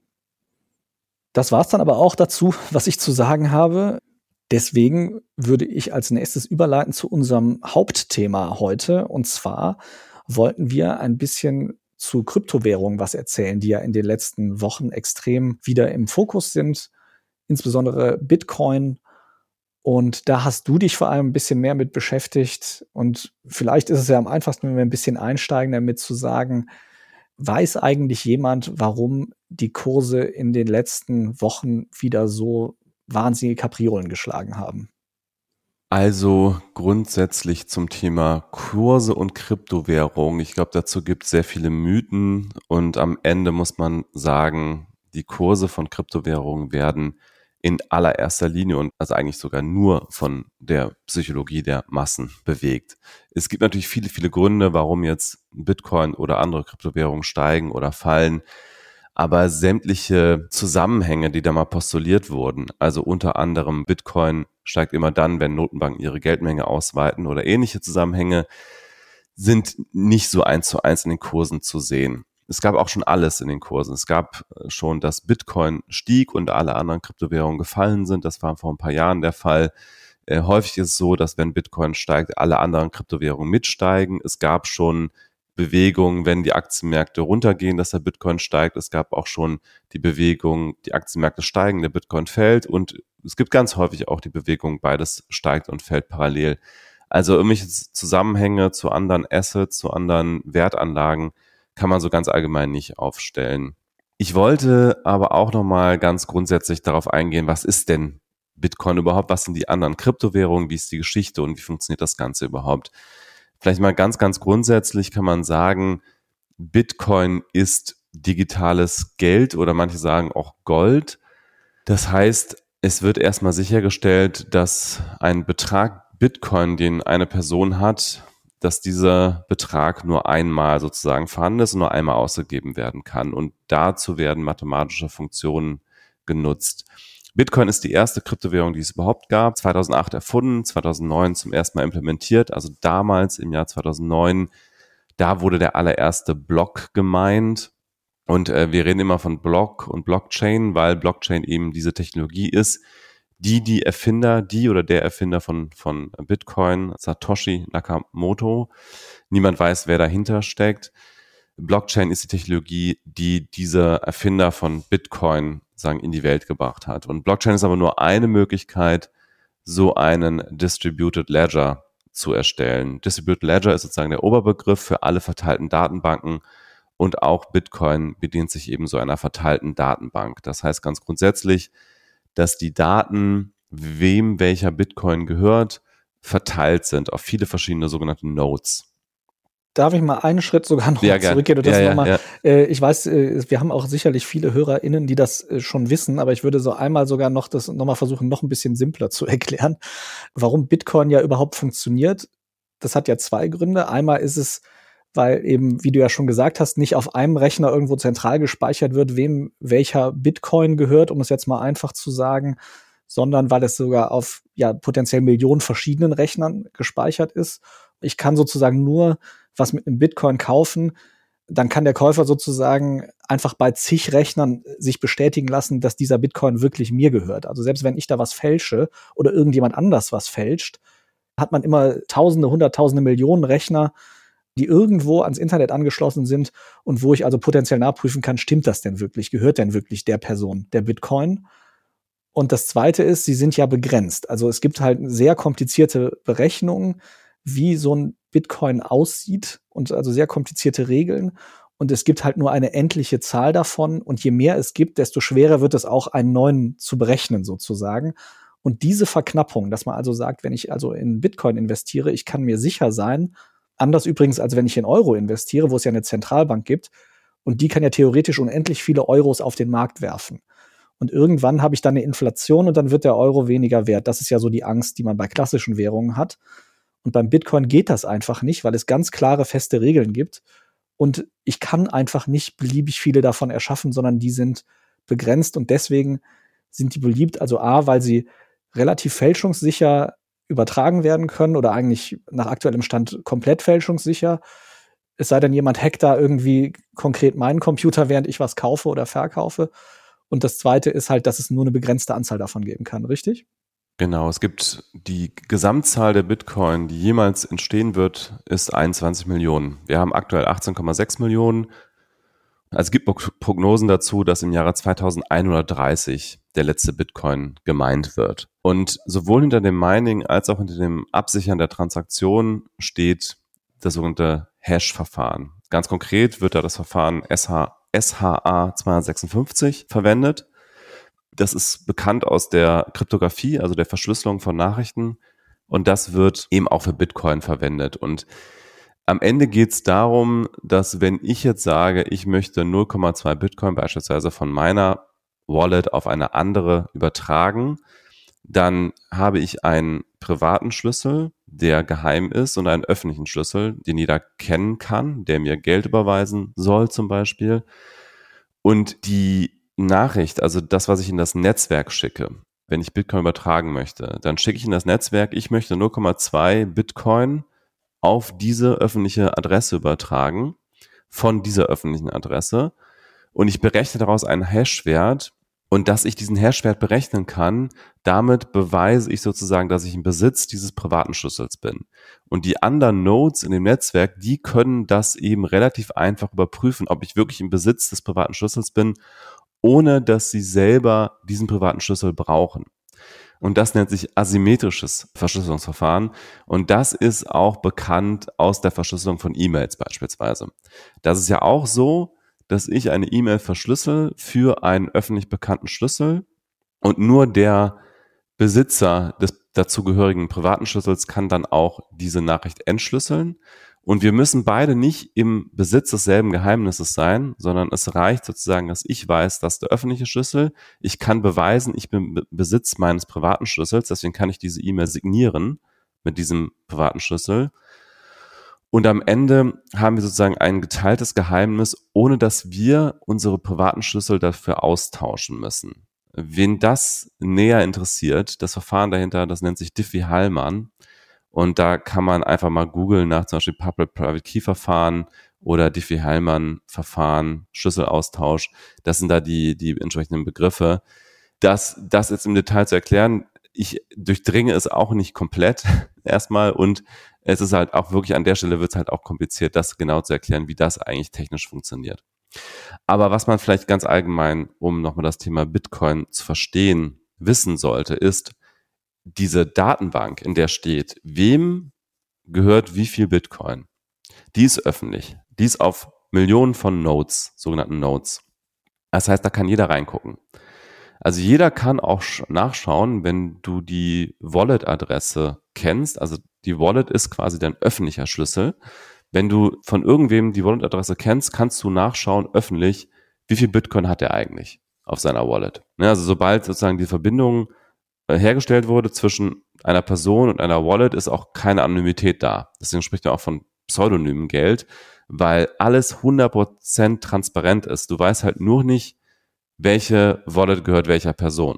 Speaker 1: Das war es dann aber auch dazu, was ich zu sagen habe. Deswegen würde ich als nächstes überleiten zu unserem Hauptthema heute. Und zwar wollten wir ein bisschen zu Kryptowährungen was erzählen, die ja in den letzten Wochen extrem wieder im Fokus sind, insbesondere Bitcoin. Und da hast du dich vor allem ein bisschen mehr mit beschäftigt. Und vielleicht ist es ja am einfachsten, wenn wir ein bisschen einsteigen, damit zu sagen, weiß eigentlich jemand, warum die Kurse in den letzten Wochen wieder so wahnsinnige Kapriolen geschlagen haben?
Speaker 2: Also grundsätzlich zum Thema Kurse und Kryptowährung. Ich glaube, dazu gibt es sehr viele Mythen und am Ende muss man sagen, die Kurse von Kryptowährungen werden in allererster Linie und also eigentlich sogar nur von der Psychologie der Massen bewegt. Es gibt natürlich viele, viele Gründe, warum jetzt Bitcoin oder andere Kryptowährungen steigen oder fallen. Aber sämtliche Zusammenhänge, die da mal postuliert wurden, also unter anderem Bitcoin steigt immer dann, wenn Notenbanken ihre Geldmenge ausweiten oder ähnliche Zusammenhänge, sind nicht so 1:1 in den Kursen zu sehen. Es gab auch schon alles in den Kursen. Es gab schon, dass Bitcoin stieg und alle anderen Kryptowährungen gefallen sind. Das war vor ein paar Jahren der Fall. Häufig ist es so, dass wenn Bitcoin steigt, alle anderen Kryptowährungen mitsteigen. Es gab schon Bewegung, wenn die Aktienmärkte runtergehen, dass der Bitcoin steigt. Es gab auch schon die Bewegung, die Aktienmärkte steigen, der Bitcoin fällt. Und es gibt ganz häufig auch die Bewegung, beides steigt und fällt parallel. Also irgendwelche Zusammenhänge zu anderen Assets, zu anderen Wertanlagen kann man so ganz allgemein nicht aufstellen. Ich wollte aber auch nochmal ganz grundsätzlich darauf eingehen, was ist denn Bitcoin überhaupt? Was sind die anderen Kryptowährungen? Wie ist die Geschichte und wie funktioniert das Ganze überhaupt? Vielleicht mal ganz, ganz grundsätzlich kann man sagen, Bitcoin ist digitales Geld oder manche sagen auch Gold. Das heißt, es wird erstmal sichergestellt, dass ein Betrag Bitcoin, den eine Person hat, dass dieser Betrag nur einmal sozusagen vorhanden ist und nur einmal ausgegeben werden kann. Und dazu werden mathematische Funktionen genutzt. Bitcoin ist die erste Kryptowährung, die es überhaupt gab. 2008 erfunden, 2009 zum ersten Mal implementiert. Also damals im Jahr 2009, da wurde der allererste Block gemeint. Und wir reden immer von Block und Blockchain, weil Blockchain eben diese Technologie ist, die Erfinder, die oder der Erfinder von Bitcoin, Satoshi Nakamoto, niemand weiß, wer dahinter steckt. Blockchain ist die Technologie, die dieser Erfinder von Bitcoin in die Welt gebracht hat. Und Blockchain ist aber nur eine Möglichkeit, so einen Distributed Ledger zu erstellen. Distributed Ledger ist sozusagen der Oberbegriff für alle verteilten Datenbanken und auch Bitcoin bedient sich eben so einer verteilten Datenbank. Das heißt ganz grundsätzlich, dass die Daten, wem welcher Bitcoin gehört, verteilt sind auf viele verschiedene sogenannte Nodes.
Speaker 1: Darf ich mal einen Schritt sogar noch zurückgehen und das nochmal? Ich weiß, wir haben auch sicherlich viele HörerInnen, die das schon wissen, aber ich würde so einmal sogar noch das nochmal versuchen, noch ein bisschen simpler zu erklären, warum Bitcoin ja überhaupt funktioniert. Das hat ja zwei Gründe. Einmal ist es, weil eben, wie du ja schon gesagt hast, nicht auf einem Rechner irgendwo zentral gespeichert wird, wem welcher Bitcoin gehört, um es jetzt mal einfach zu sagen, sondern weil es sogar auf ja potenziell Millionen verschiedenen Rechnern gespeichert ist. Ich kann sozusagen nur was mit einem Bitcoin kaufen, dann kann der Käufer sozusagen einfach bei zig Rechnern sich bestätigen lassen, dass dieser Bitcoin wirklich mir gehört. Also selbst wenn ich da was fälsche oder irgendjemand anders was fälscht, hat man immer Tausende, Hunderttausende, Millionen Rechner, die irgendwo ans Internet angeschlossen sind und wo ich also potenziell nachprüfen kann, stimmt das denn wirklich? Gehört denn wirklich der Person der Bitcoin? Und das Zweite ist, sie sind ja begrenzt. Also es gibt halt sehr komplizierte Berechnungen, wie so ein Bitcoin aussieht und also sehr komplizierte Regeln. Und es gibt halt nur eine endliche Zahl davon. Und je mehr es gibt, desto schwerer wird es auch, einen neuen zu berechnen sozusagen. Und diese Verknappung, dass man also sagt, wenn ich also in Bitcoin investiere, ich kann mir sicher sein, anders übrigens, als wenn ich in Euro investiere, wo es ja eine Zentralbank gibt. Und die kann ja theoretisch unendlich viele Euros auf den Markt werfen. Und irgendwann habe ich dann eine Inflation und dann wird der Euro weniger wert. Das ist ja so die Angst, die man bei klassischen Währungen hat. Und beim Bitcoin geht das einfach nicht, weil es ganz klare, feste Regeln gibt. Und ich kann einfach nicht beliebig viele davon erschaffen, sondern die sind begrenzt. Und deswegen sind die beliebt. Also A, weil sie relativ fälschungssicher übertragen werden können oder eigentlich nach aktuellem Stand komplett fälschungssicher. Es sei denn, jemand hackt da irgendwie konkret meinen Computer, während ich was kaufe oder verkaufe. Und das Zweite ist halt, dass es nur eine begrenzte Anzahl davon geben kann, richtig?
Speaker 2: Genau, es gibt die Gesamtzahl der Bitcoin, die jemals entstehen wird, ist 21 Millionen. Wir haben aktuell 18,6 Millionen. Also es gibt Prognosen dazu, dass im Jahre 2130 der letzte Bitcoin gemeint wird. Und sowohl hinter dem Mining als auch hinter dem Absichern der Transaktion steht das sogenannte Hash-Verfahren. Ganz konkret wird da das Verfahren SHA-256 verwendet. Das ist bekannt aus der Kryptographie, also der Verschlüsselung von Nachrichten. Und das wird eben auch für Bitcoin verwendet. Und am Ende geht es darum, dass wenn ich jetzt sage, ich möchte 0,2 Bitcoin beispielsweise von meiner Wallet auf eine andere übertragen, dann habe ich einen privaten Schlüssel, der geheim ist, und einen öffentlichen Schlüssel, den jeder kennen kann, der mir Geld überweisen soll zum Beispiel. Und die Nachricht, also das, was ich in das Netzwerk schicke, wenn ich Bitcoin übertragen möchte, dann schicke ich in das Netzwerk, ich möchte 0,2 Bitcoin auf diese öffentliche Adresse übertragen, von dieser öffentlichen Adresse. Und ich berechne daraus einen Hashwert. Und dass ich diesen Hashwert berechnen kann, damit beweise ich sozusagen, dass ich im Besitz dieses privaten Schlüssels bin. Und die anderen Nodes in dem Netzwerk, die können das eben relativ einfach überprüfen, ob ich wirklich im Besitz des privaten Schlüssels bin, ohne dass sie selber diesen privaten Schlüssel brauchen. Und das nennt sich asymmetrisches Verschlüsselungsverfahren. Und das ist auch bekannt aus der Verschlüsselung von E-Mails beispielsweise. Das ist ja auch so, dass ich eine E-Mail verschlüssel für einen öffentlich bekannten Schlüssel und nur der Besitzer des dazugehörigen privaten Schlüssels kann dann auch diese Nachricht entschlüsseln. Und wir müssen beide nicht im Besitz desselben Geheimnisses sein, sondern es reicht sozusagen, dass ich weiß, dass der öffentliche Schlüssel, ich kann beweisen, ich bin im Besitz meines privaten Schlüssels, deswegen kann ich diese E-Mail signieren mit diesem privaten Schlüssel. Und am Ende haben wir sozusagen ein geteiltes Geheimnis, ohne dass wir unsere privaten Schlüssel dafür austauschen müssen. Wen das näher interessiert, das Verfahren dahinter, das nennt sich Diffie-Hellman. Und da kann man einfach mal googeln nach zum Beispiel Public-Private-Key-Verfahren oder Diffie-Hellman-Verfahren, Schlüsselaustausch. Das sind da die entsprechenden Begriffe. Das jetzt im Detail zu erklären, ich durchdringe es auch nicht komplett erstmal und es ist halt auch wirklich an der Stelle wird es halt auch kompliziert, das genau zu erklären, wie das eigentlich technisch funktioniert. Aber was man vielleicht ganz allgemein, um nochmal das Thema Bitcoin zu verstehen, wissen sollte, ist diese Datenbank, in der steht, wem gehört wie viel Bitcoin. Die ist öffentlich. Die ist auf Millionen von Nodes, sogenannten Nodes. Das heißt, da kann jeder reingucken. Also jeder kann auch nachschauen, wenn du die Wallet-Adresse kennst. Also die Wallet ist quasi dein öffentlicher Schlüssel. Wenn du von irgendwem die Wallet-Adresse kennst, kannst du nachschauen öffentlich, wie viel Bitcoin hat er eigentlich auf seiner Wallet. Also sobald sozusagen die Verbindung hergestellt wurde zwischen einer Person und einer Wallet, ist auch keine Anonymität da. Deswegen spricht man auch von pseudonymem Geld, weil alles 100% transparent ist. Du weißt halt nur nicht, welche Wallet gehört welcher Person.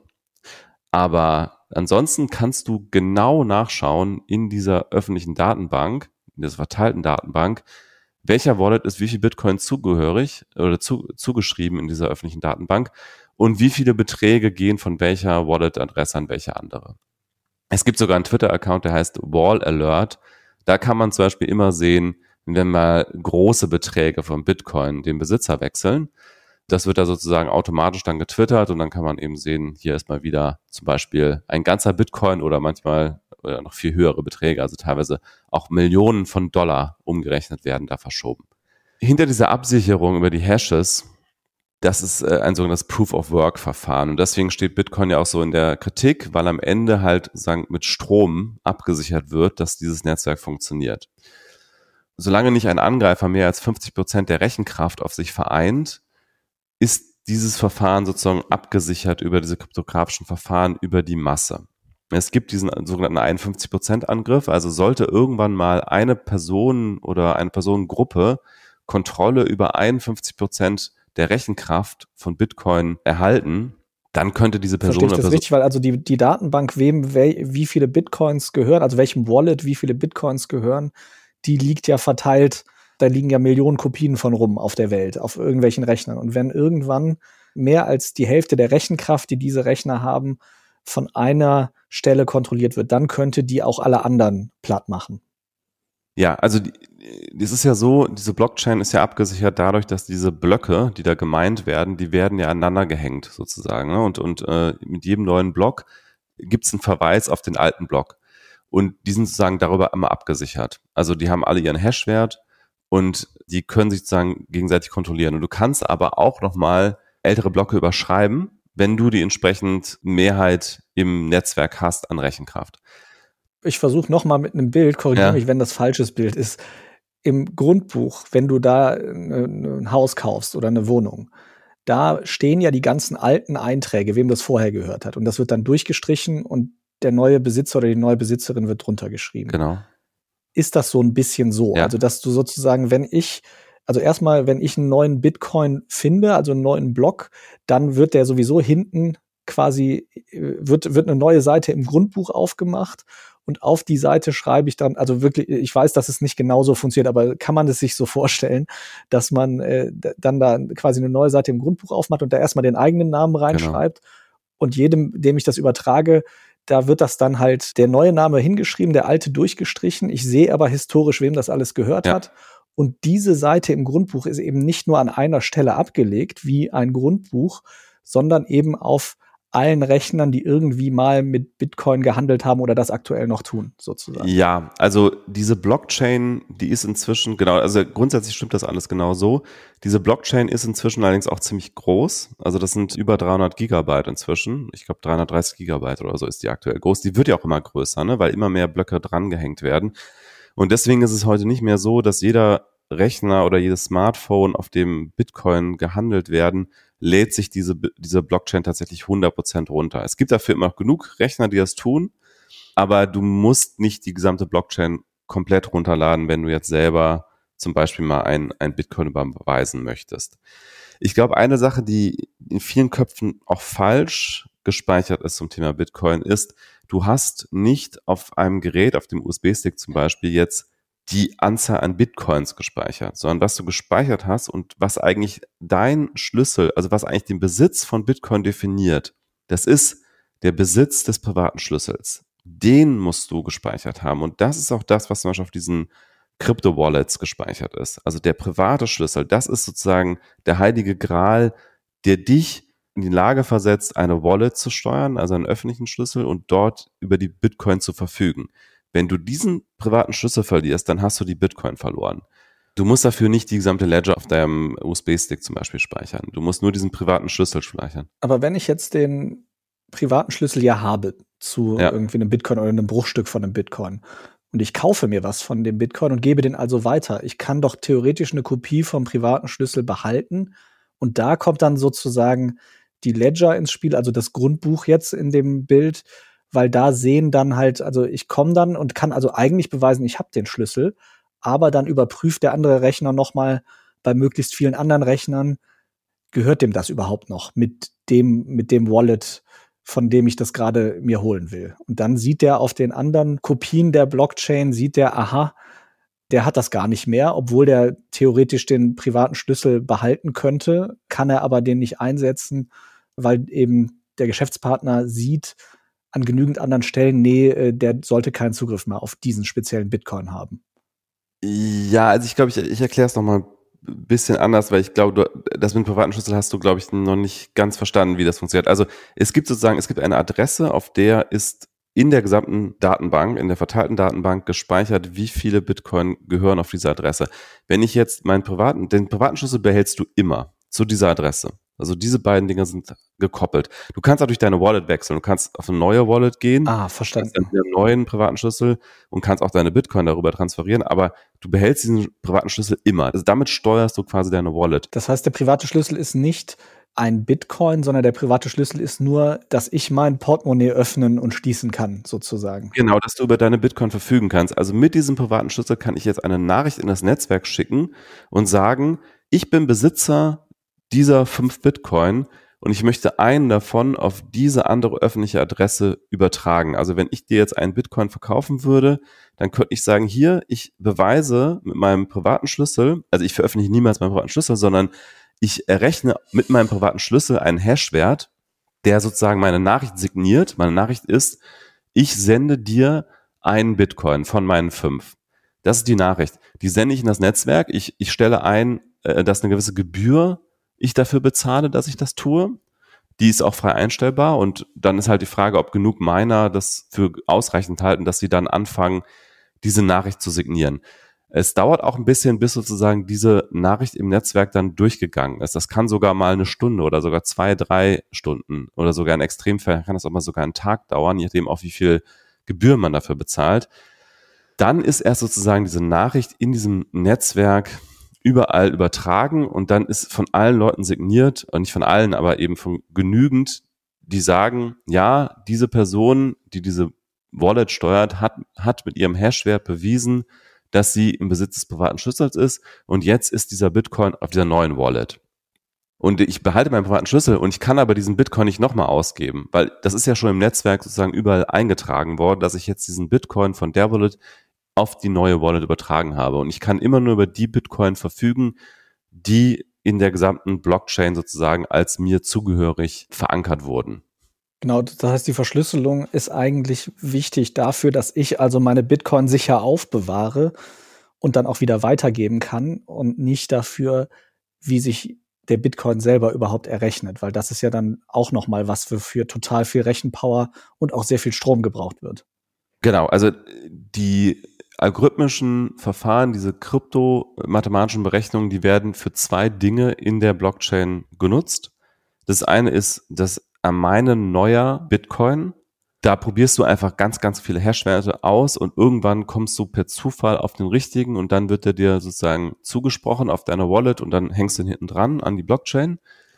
Speaker 2: Aber ansonsten kannst du genau nachschauen in dieser öffentlichen Datenbank, in dieser verteilten Datenbank, welcher Wallet ist wie viel Bitcoin zugehörig oder zugeschrieben in dieser öffentlichen Datenbank und wie viele Beträge gehen von welcher Wallet-Adresse an welche andere. Es gibt sogar einen Twitter-Account, der heißt Wall Alert. Da kann man zum Beispiel immer sehen, wenn mal große Beträge von Bitcoin den Besitzer wechseln. Das wird da sozusagen automatisch dann getwittert und dann kann man eben sehen, hier ist mal wieder zum Beispiel ein ganzer Bitcoin oder manchmal noch viel höhere Beträge, also teilweise auch Millionen von Dollar umgerechnet werden da verschoben. Hinter dieser Absicherung über die Hashes, das ist ein sogenanntes Proof-of-Work-Verfahren und deswegen steht Bitcoin ja auch so in der Kritik, weil am Ende halt sagen mit Strom abgesichert wird, dass dieses Netzwerk funktioniert. Solange nicht ein Angreifer mehr als 50% der Rechenkraft auf sich vereint, ist dieses Verfahren sozusagen abgesichert über diese kryptografischen Verfahren über die Masse. Es gibt diesen sogenannten 51%-Angriff, also sollte irgendwann mal eine Person oder eine Personengruppe Kontrolle über 51% der Rechenkraft von Bitcoin erhalten, dann könnte diese Person...
Speaker 1: Verstehe ich das richtig? Weil also die Datenbank, wem wie viele Bitcoins gehören, also welchem Wallet wie viele Bitcoins gehören, die liegt ja verteilt. Da liegen ja Millionen Kopien von rum auf der Welt, auf irgendwelchen Rechnern. Und wenn irgendwann mehr als die Hälfte der Rechenkraft, die diese Rechner haben, von einer Stelle kontrolliert wird, dann könnte die auch alle anderen platt machen.
Speaker 2: Ja, also das ist ja so, diese Blockchain ist ja abgesichert dadurch, dass diese Blöcke, die da gemeint werden, die werden ja aneinander gehängt sozusagen. Ne? Und mit jedem neuen Block gibt es einen Verweis auf den alten Block. Und die sind sozusagen darüber immer abgesichert. Also die haben alle ihren Hashwert und die können sich sozusagen gegenseitig kontrollieren. Und du kannst aber auch nochmal ältere Blöcke überschreiben, wenn du die entsprechend Mehrheit im Netzwerk hast an Rechenkraft.
Speaker 1: Ich versuche nochmal mit einem Bild, korrigiere mich, wenn das falsches Bild ist. Im Grundbuch, wenn du da ein Haus kaufst oder eine Wohnung, da stehen ja die ganzen alten Einträge, wem das vorher gehört hat. Und das wird dann durchgestrichen und der neue Besitzer oder die neue Besitzerin wird drunter geschrieben.
Speaker 2: Genau.
Speaker 1: Ist das so ein bisschen so?
Speaker 2: Ja.
Speaker 1: Also, dass du sozusagen, wenn ich Also erstmal, wenn ich einen neuen Bitcoin finde, also einen neuen Block, dann wird der sowieso hinten quasi, wird eine neue Seite im Grundbuch aufgemacht und auf die Seite schreibe ich dann, also wirklich, ich weiß, dass es nicht genauso funktioniert, aber kann man es sich so vorstellen, dass man dann da quasi eine neue Seite im Grundbuch aufmacht und da erstmal den eigenen Namen reinschreibt und jedem, dem ich das übertrage, da wird das dann halt der neue Name hingeschrieben, der alte durchgestrichen. Ich sehe aber historisch, wem das alles gehört hat. Und diese Seite im Grundbuch ist eben nicht nur an einer Stelle abgelegt wie ein Grundbuch, sondern eben auf allen Rechnern, die irgendwie mal mit Bitcoin gehandelt haben oder das aktuell noch tun, sozusagen.
Speaker 2: Ja, also diese Blockchain, die ist inzwischen, genau, also grundsätzlich stimmt das alles genau so. Diese Blockchain ist inzwischen allerdings auch ziemlich groß. Also das sind über 300 Gigabyte inzwischen. Ich glaube 330 Gigabyte oder so ist die aktuell groß. Die wird ja auch immer größer, ne, weil immer mehr Blöcke dran gehängt werden. Und deswegen ist es heute nicht mehr so, dass jeder Rechner oder jedes Smartphone, auf dem Bitcoin gehandelt werden, lädt sich diese Blockchain tatsächlich 100% runter. Es gibt dafür immer noch genug Rechner, die das tun, aber du musst nicht die gesamte Blockchain komplett runterladen, wenn du jetzt selber zum Beispiel mal ein Bitcoin überweisen möchtest. Ich glaube, eine Sache, die in vielen Köpfen auch falsch gespeichert ist zum Thema Bitcoin, ist, du hast nicht auf einem Gerät, auf dem USB-Stick zum Beispiel, jetzt die Anzahl an Bitcoins gespeichert, sondern was du gespeichert hast und was eigentlich dein Schlüssel, also was eigentlich den Besitz von Bitcoin definiert, das ist der Besitz des privaten Schlüssels. Den musst du gespeichert haben. Und das ist auch das, was zum Beispiel auf diesen Crypto-Wallets gespeichert ist. Also der private Schlüssel, das ist sozusagen der heilige Gral, der dich in die Lage versetzt, eine Wallet zu steuern, also einen öffentlichen Schlüssel und dort über die Bitcoin zu verfügen. Wenn du diesen privaten Schlüssel verlierst, dann hast du die Bitcoin verloren. Du musst dafür nicht die gesamte Ledger auf deinem USB-Stick zum Beispiel speichern. Du musst nur diesen privaten Schlüssel speichern.
Speaker 1: Aber wenn ich jetzt den privaten Schlüssel ja habe zu irgendwie einem Bitcoin oder einem Bruchstück von einem Bitcoin und ich kaufe mir was von dem Bitcoin und gebe den also weiter, ich kann doch theoretisch eine Kopie vom privaten Schlüssel behalten und da kommt dann sozusagen die Ledger ins Spiel, also das Grundbuch jetzt in dem Bild, weil da sehen dann halt, also ich komme dann und kann also eigentlich beweisen, ich habe den Schlüssel, aber dann überprüft der andere Rechner nochmal bei möglichst vielen anderen Rechnern, gehört dem das überhaupt noch mit dem Wallet, von dem ich das gerade mir holen will. Und dann sieht der auf den anderen Kopien der Blockchain, sieht der, aha, der hat das gar nicht mehr, obwohl der theoretisch den privaten Schlüssel behalten könnte, kann er aber den nicht einsetzen, weil eben der Geschäftspartner sieht an genügend anderen Stellen, nee, der sollte keinen Zugriff mehr auf diesen speziellen Bitcoin haben.
Speaker 2: Ja, also ich glaube, ich erkläre es nochmal ein bisschen anders, weil ich glaube, das mit dem privaten Schlüssel hast du, glaube ich, noch nicht ganz verstanden, wie das funktioniert. Also es gibt eine Adresse, auf der ist in der gesamten Datenbank, in der verteilten Datenbank gespeichert, wie viele Bitcoin gehören auf diese Adresse. Wenn ich jetzt den privaten Schlüssel behältst du immer zu dieser Adresse. Also diese beiden Dinge sind gekoppelt. Du kannst natürlich deine Wallet wechseln. Du kannst auf eine neue Wallet gehen.
Speaker 1: Verstanden.
Speaker 2: Hast dann einen neuen privaten Schlüssel und kannst auch deine Bitcoin darüber transferieren. Aber du behältst diesen privaten Schlüssel immer. Also damit steuerst du quasi deine Wallet.
Speaker 1: Das heißt, der private Schlüssel ist nicht ein Bitcoin, sondern der private Schlüssel ist nur, dass ich mein Portemonnaie öffnen und schließen kann, sozusagen.
Speaker 2: Genau, dass du über deine Bitcoin verfügen kannst. Also mit diesem privaten Schlüssel kann ich jetzt eine Nachricht in das Netzwerk schicken und sagen, ich bin Besitzer dieser 5 Bitcoin und ich möchte einen davon auf diese andere öffentliche Adresse übertragen. Also wenn ich dir jetzt einen Bitcoin verkaufen würde, dann könnte ich sagen, hier, ich beweise mit meinem privaten Schlüssel, also ich veröffentliche niemals meinen privaten Schlüssel, sondern ich errechne mit meinem privaten Schlüssel einen Hashwert, der sozusagen meine Nachricht signiert. Meine Nachricht ist, ich sende dir einen Bitcoin von meinen 5. Das ist die Nachricht. Die sende ich in das Netzwerk. Ich stelle ein, dass eine gewisse Gebühr ich dafür bezahle, dass ich das tue. Die ist auch frei einstellbar und dann ist halt die Frage, ob genug Miner das für ausreichend halten, dass sie dann anfangen, diese Nachricht zu signieren. Es dauert auch ein bisschen, bis sozusagen diese Nachricht im Netzwerk dann durchgegangen ist. Das kann sogar mal eine Stunde oder sogar 2, 3 Stunden oder sogar in Extremfällen kann das auch mal sogar einen Tag dauern, je nachdem auch wie viel Gebühren man dafür bezahlt. Dann ist erst sozusagen diese Nachricht in diesem Netzwerk überall übertragen und dann ist von allen Leuten signiert, und nicht von allen, aber eben von genügend, die sagen, ja, diese Person, die diese Wallet steuert, hat mit ihrem Hashwert bewiesen, dass sie im Besitz des privaten Schlüssels ist und jetzt ist dieser Bitcoin auf dieser neuen Wallet. Und ich behalte meinen privaten Schlüssel und ich kann aber diesen Bitcoin nicht nochmal ausgeben, weil das ist ja schon im Netzwerk sozusagen überall eingetragen worden, dass ich jetzt diesen Bitcoin von der Wallet auf die neue Wallet übertragen habe. Und ich kann immer nur über die Bitcoin verfügen, die in der gesamten Blockchain sozusagen als mir zugehörig verankert wurden.
Speaker 1: Genau, das heißt, die Verschlüsselung ist eigentlich wichtig dafür, dass ich also meine Bitcoin sicher aufbewahre und dann auch wieder weitergeben kann und nicht dafür, wie sich der Bitcoin selber überhaupt errechnet, weil das ist ja dann auch noch mal was für total viel Rechenpower und auch sehr viel Strom gebraucht wird.
Speaker 2: Genau, also die algorithmischen Verfahren, diese kryptomathematischen Berechnungen, die werden für zwei Dinge in der Blockchain genutzt. Das eine ist das Ermeinen neuer Bitcoin. Da probierst du einfach ganz, ganz viele Hashwerte aus und irgendwann kommst du per Zufall auf den richtigen und dann wird der dir sozusagen zugesprochen auf deiner Wallet und dann hängst du ihn hinten dran an die Blockchain.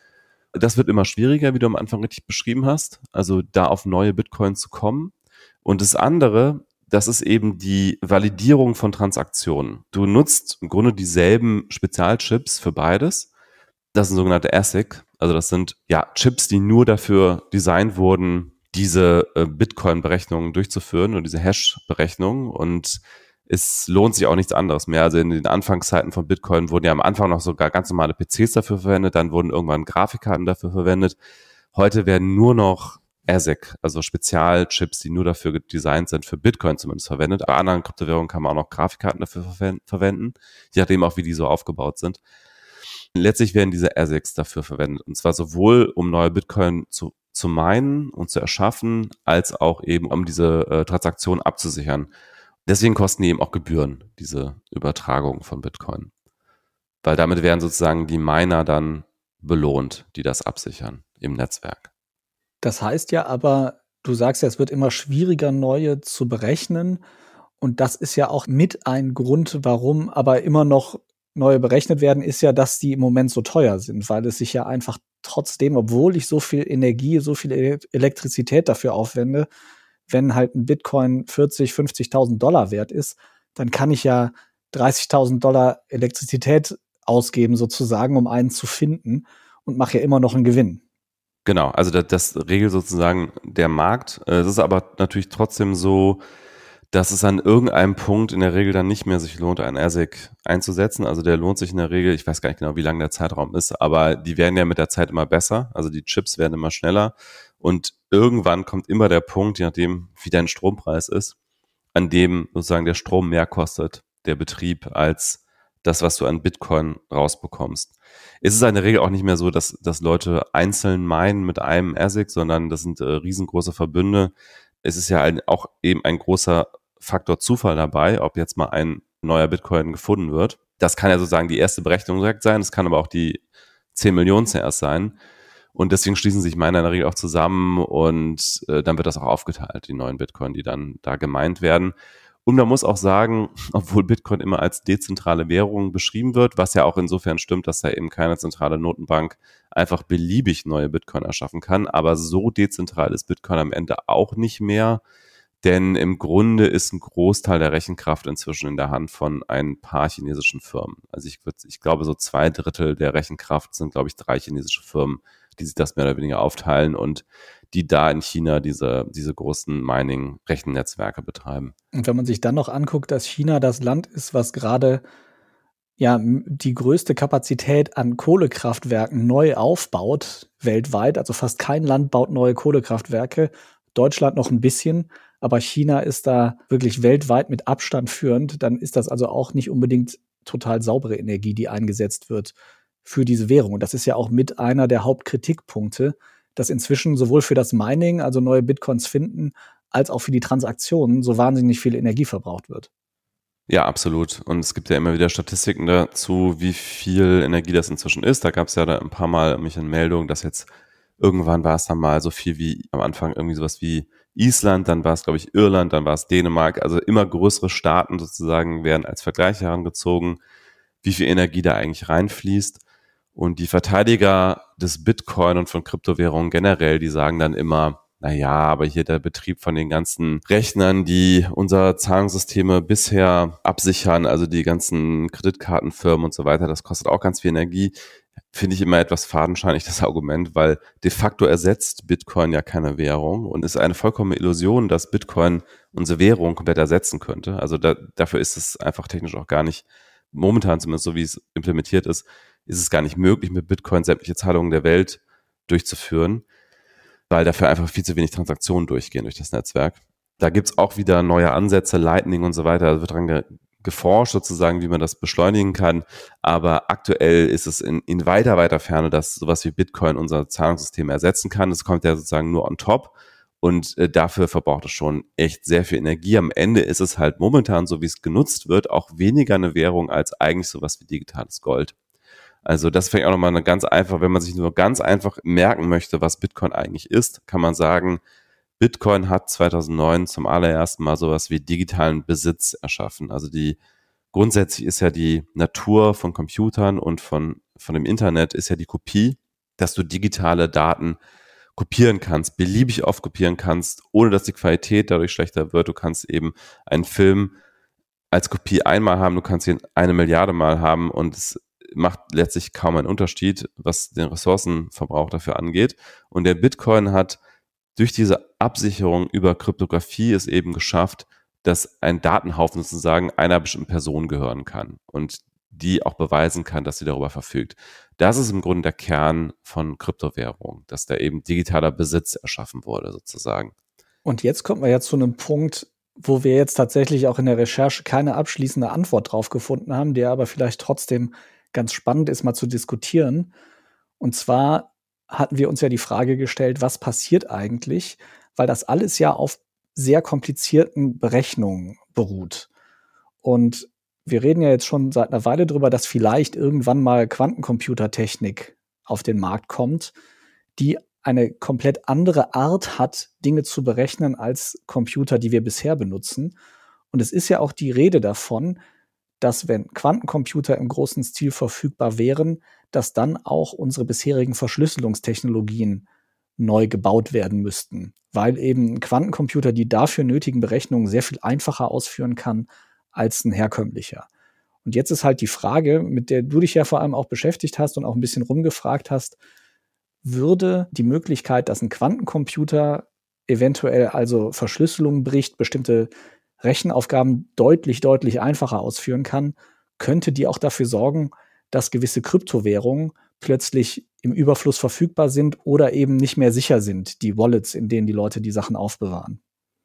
Speaker 2: Das wird immer schwieriger, wie du am Anfang richtig beschrieben hast, also da auf neue Bitcoin zu kommen. Und das andere, das ist eben die Validierung von Transaktionen. Du nutzt im Grunde dieselben Spezialchips für beides. Das sind sogenannte ASIC. Also das sind ja Chips, die nur dafür designt wurden, diese Bitcoin-Berechnungen durchzuführen und diese Hash-Berechnungen. Und es lohnt sich auch nichts anderes mehr. Also in den Anfangszeiten von Bitcoin wurden ja am Anfang noch sogar ganz normale PCs dafür verwendet. Dann wurden irgendwann Grafikkarten dafür verwendet. Heute werden nur noch ASIC, also Spezialchips, die nur dafür designt sind, für Bitcoin zumindest verwendet. Bei anderen Kryptowährungen kann man auch noch Grafikkarten dafür verwenden, je nachdem auch, wie die so aufgebaut sind. Letztlich werden diese ASICs dafür verwendet. Und zwar sowohl, um neue Bitcoin zu meinen und zu erschaffen, als auch eben, um diese Transaktion abzusichern. Deswegen kosten die eben auch Gebühren, diese Übertragung von Bitcoin. Weil damit werden sozusagen die Miner dann belohnt, die das absichern im Netzwerk.
Speaker 1: Das heißt ja aber, du sagst ja, es wird immer schwieriger, neue zu berechnen. Und das ist ja auch mit ein Grund, warum aber immer noch neue berechnet werden, ist ja, dass die im Moment so teuer sind, weil es sich ja einfach trotzdem, obwohl ich so viel Energie, so viel Elektrizität dafür aufwende, wenn halt ein Bitcoin 40.000, 50.000 Dollar wert ist, dann kann ich ja 30.000 Dollar Elektrizität ausgeben sozusagen, um einen zu finden und mache ja immer noch einen Gewinn.
Speaker 2: Genau, also das regelt sozusagen der Markt. Es ist aber natürlich trotzdem so, dass es an irgendeinem Punkt in der Regel dann nicht mehr sich lohnt, einen ASIC einzusetzen. Also der lohnt sich in der Regel, ich weiß gar nicht genau, wie lang der Zeitraum ist, aber die werden ja mit der Zeit immer besser. Also die Chips werden immer schneller und irgendwann kommt immer der Punkt, je nachdem, wie dein Strompreis ist, an dem sozusagen der Strom mehr kostet, der Betrieb, als das, was du an Bitcoin rausbekommst. Es ist in der Regel auch nicht mehr so, dass Leute einzeln meinen mit einem ASIC, sondern das sind riesengroße Verbünde. Es ist ja auch eben ein großer Faktor Zufall dabei, ob jetzt mal ein neuer Bitcoin gefunden wird. Das kann ja sozusagen die erste Berechnung direkt sein, das kann aber auch die 10 Millionen zuerst sein. Und deswegen schließen sich Miner in der Regel auch zusammen und dann wird das auch aufgeteilt, die neuen Bitcoin, die dann da gemeint werden. Und man muss auch sagen, obwohl Bitcoin immer als dezentrale Währung beschrieben wird, was ja auch insofern stimmt, dass da eben keine zentrale Notenbank einfach beliebig neue Bitcoin erschaffen kann, aber so dezentral ist Bitcoin am Ende auch nicht mehr, denn im Grunde ist ein Großteil der Rechenkraft inzwischen in der Hand von ein paar chinesischen Firmen. Also ich glaube, so 2/3 der Rechenkraft sind, glaube ich, 3 chinesische Firmen, die sich das mehr oder weniger aufteilen und die da in China diese großen Mining-Rechennetzwerke betreiben.
Speaker 1: Und wenn man sich dann noch anguckt, dass China das Land ist, was gerade ja die größte Kapazität an Kohlekraftwerken neu aufbaut weltweit, also fast kein Land baut neue Kohlekraftwerke, Deutschland noch ein bisschen, aber China ist da wirklich weltweit mit Abstand führend, dann ist das also auch nicht unbedingt total saubere Energie, die eingesetzt wird für diese Währung. Und das ist ja auch mit einer der Hauptkritikpunkte, dass inzwischen sowohl für das Mining, also neue Bitcoins finden, als auch für die Transaktionen so wahnsinnig viel Energie verbraucht wird.
Speaker 2: Ja, absolut. Und es gibt ja immer wieder Statistiken dazu, wie viel Energie das inzwischen ist. Da gab es ja da ein paar Mal mich in Meldungen, dass jetzt irgendwann war es dann mal so viel wie am Anfang irgendwie sowas wie Island, dann war es, glaube ich, Irland, dann war es Dänemark. Also immer größere Staaten sozusagen werden als Vergleich herangezogen, wie viel Energie da eigentlich reinfließt. Und die Verteidiger des Bitcoin und von Kryptowährungen generell, die sagen dann immer, naja, aber hier der Betrieb von den ganzen Rechnern, die unser Zahlungssysteme bisher absichern, also die ganzen Kreditkartenfirmen und so weiter, das kostet auch ganz viel Energie. Finde ich immer etwas fadenscheinig, das Argument, weil de facto ersetzt Bitcoin ja keine Währung und ist eine vollkommene Illusion, dass Bitcoin unsere Währung komplett ersetzen könnte. Also dafür ist es einfach technisch auch gar nicht, momentan zumindest so wie es implementiert ist es gar nicht möglich, mit Bitcoin sämtliche Zahlungen der Welt durchzuführen, weil dafür einfach viel zu wenig Transaktionen durchgehen durch das Netzwerk. Da gibt's auch wieder neue Ansätze, Lightning und so weiter, da wird dran geforscht sozusagen, wie man das beschleunigen kann, aber aktuell ist es in weiter Ferne, dass sowas wie Bitcoin unser Zahlungssystem ersetzen kann. Das kommt ja sozusagen nur on top und dafür verbraucht es schon echt sehr viel Energie. Am Ende ist es halt momentan, so wie es genutzt wird, auch weniger eine Währung als eigentlich sowas wie digitales Gold. Also das fängt auch nochmal eine ganz einfach, wenn man sich nur ganz einfach merken möchte, was Bitcoin eigentlich ist, kann man sagen, Bitcoin hat 2009 zum allerersten Mal sowas wie digitalen Besitz erschaffen. Also grundsätzlich ist ja die Natur von Computern und von dem Internet ist ja die Kopie, dass du digitale Daten kopieren kannst, beliebig oft kopieren kannst, ohne dass die Qualität dadurch schlechter wird. Du kannst eben einen Film als Kopie einmal haben, du kannst ihn 1 Milliarde Mal haben und es macht letztlich kaum einen Unterschied, was den Ressourcenverbrauch dafür angeht. Und der Bitcoin hat durch diese Absicherung über Kryptographie es eben geschafft, dass ein Datenhaufen sozusagen einer bestimmten Person gehören kann und die auch beweisen kann, dass sie darüber verfügt. Das ist im Grunde der Kern von Kryptowährung, dass da eben digitaler Besitz erschaffen wurde sozusagen.
Speaker 1: Und jetzt kommt man ja zu einem Punkt, wo wir jetzt tatsächlich auch in der Recherche keine abschließende Antwort drauf gefunden haben, der aber vielleicht trotzdem ganz spannend ist, mal zu diskutieren. Und zwar hatten wir uns ja die Frage gestellt, was passiert eigentlich, weil das alles ja auf sehr komplizierten Berechnungen beruht. Und wir reden ja jetzt schon seit einer Weile drüber, dass vielleicht irgendwann mal Quantencomputertechnik auf den Markt kommt, die eine komplett andere Art hat, Dinge zu berechnen als Computer, die wir bisher benutzen. Und es ist ja auch die Rede davon, dass wenn Quantencomputer im großen Stil verfügbar wären, dass dann auch unsere bisherigen Verschlüsselungstechnologien neu gebaut werden müssten, weil eben ein Quantencomputer die dafür nötigen Berechnungen sehr viel einfacher ausführen kann als ein herkömmlicher. Und jetzt ist halt die Frage, mit der du dich ja vor allem auch beschäftigt hast und auch ein bisschen rumgefragt hast, würde die Möglichkeit, dass ein Quantencomputer eventuell also Verschlüsselung bricht, bestimmte Rechenaufgaben deutlich einfacher ausführen kann, könnte die auch dafür sorgen, dass gewisse Kryptowährungen plötzlich im Überfluss verfügbar sind oder eben nicht mehr sicher sind, die Wallets, in denen die Leute die Sachen aufbewahren.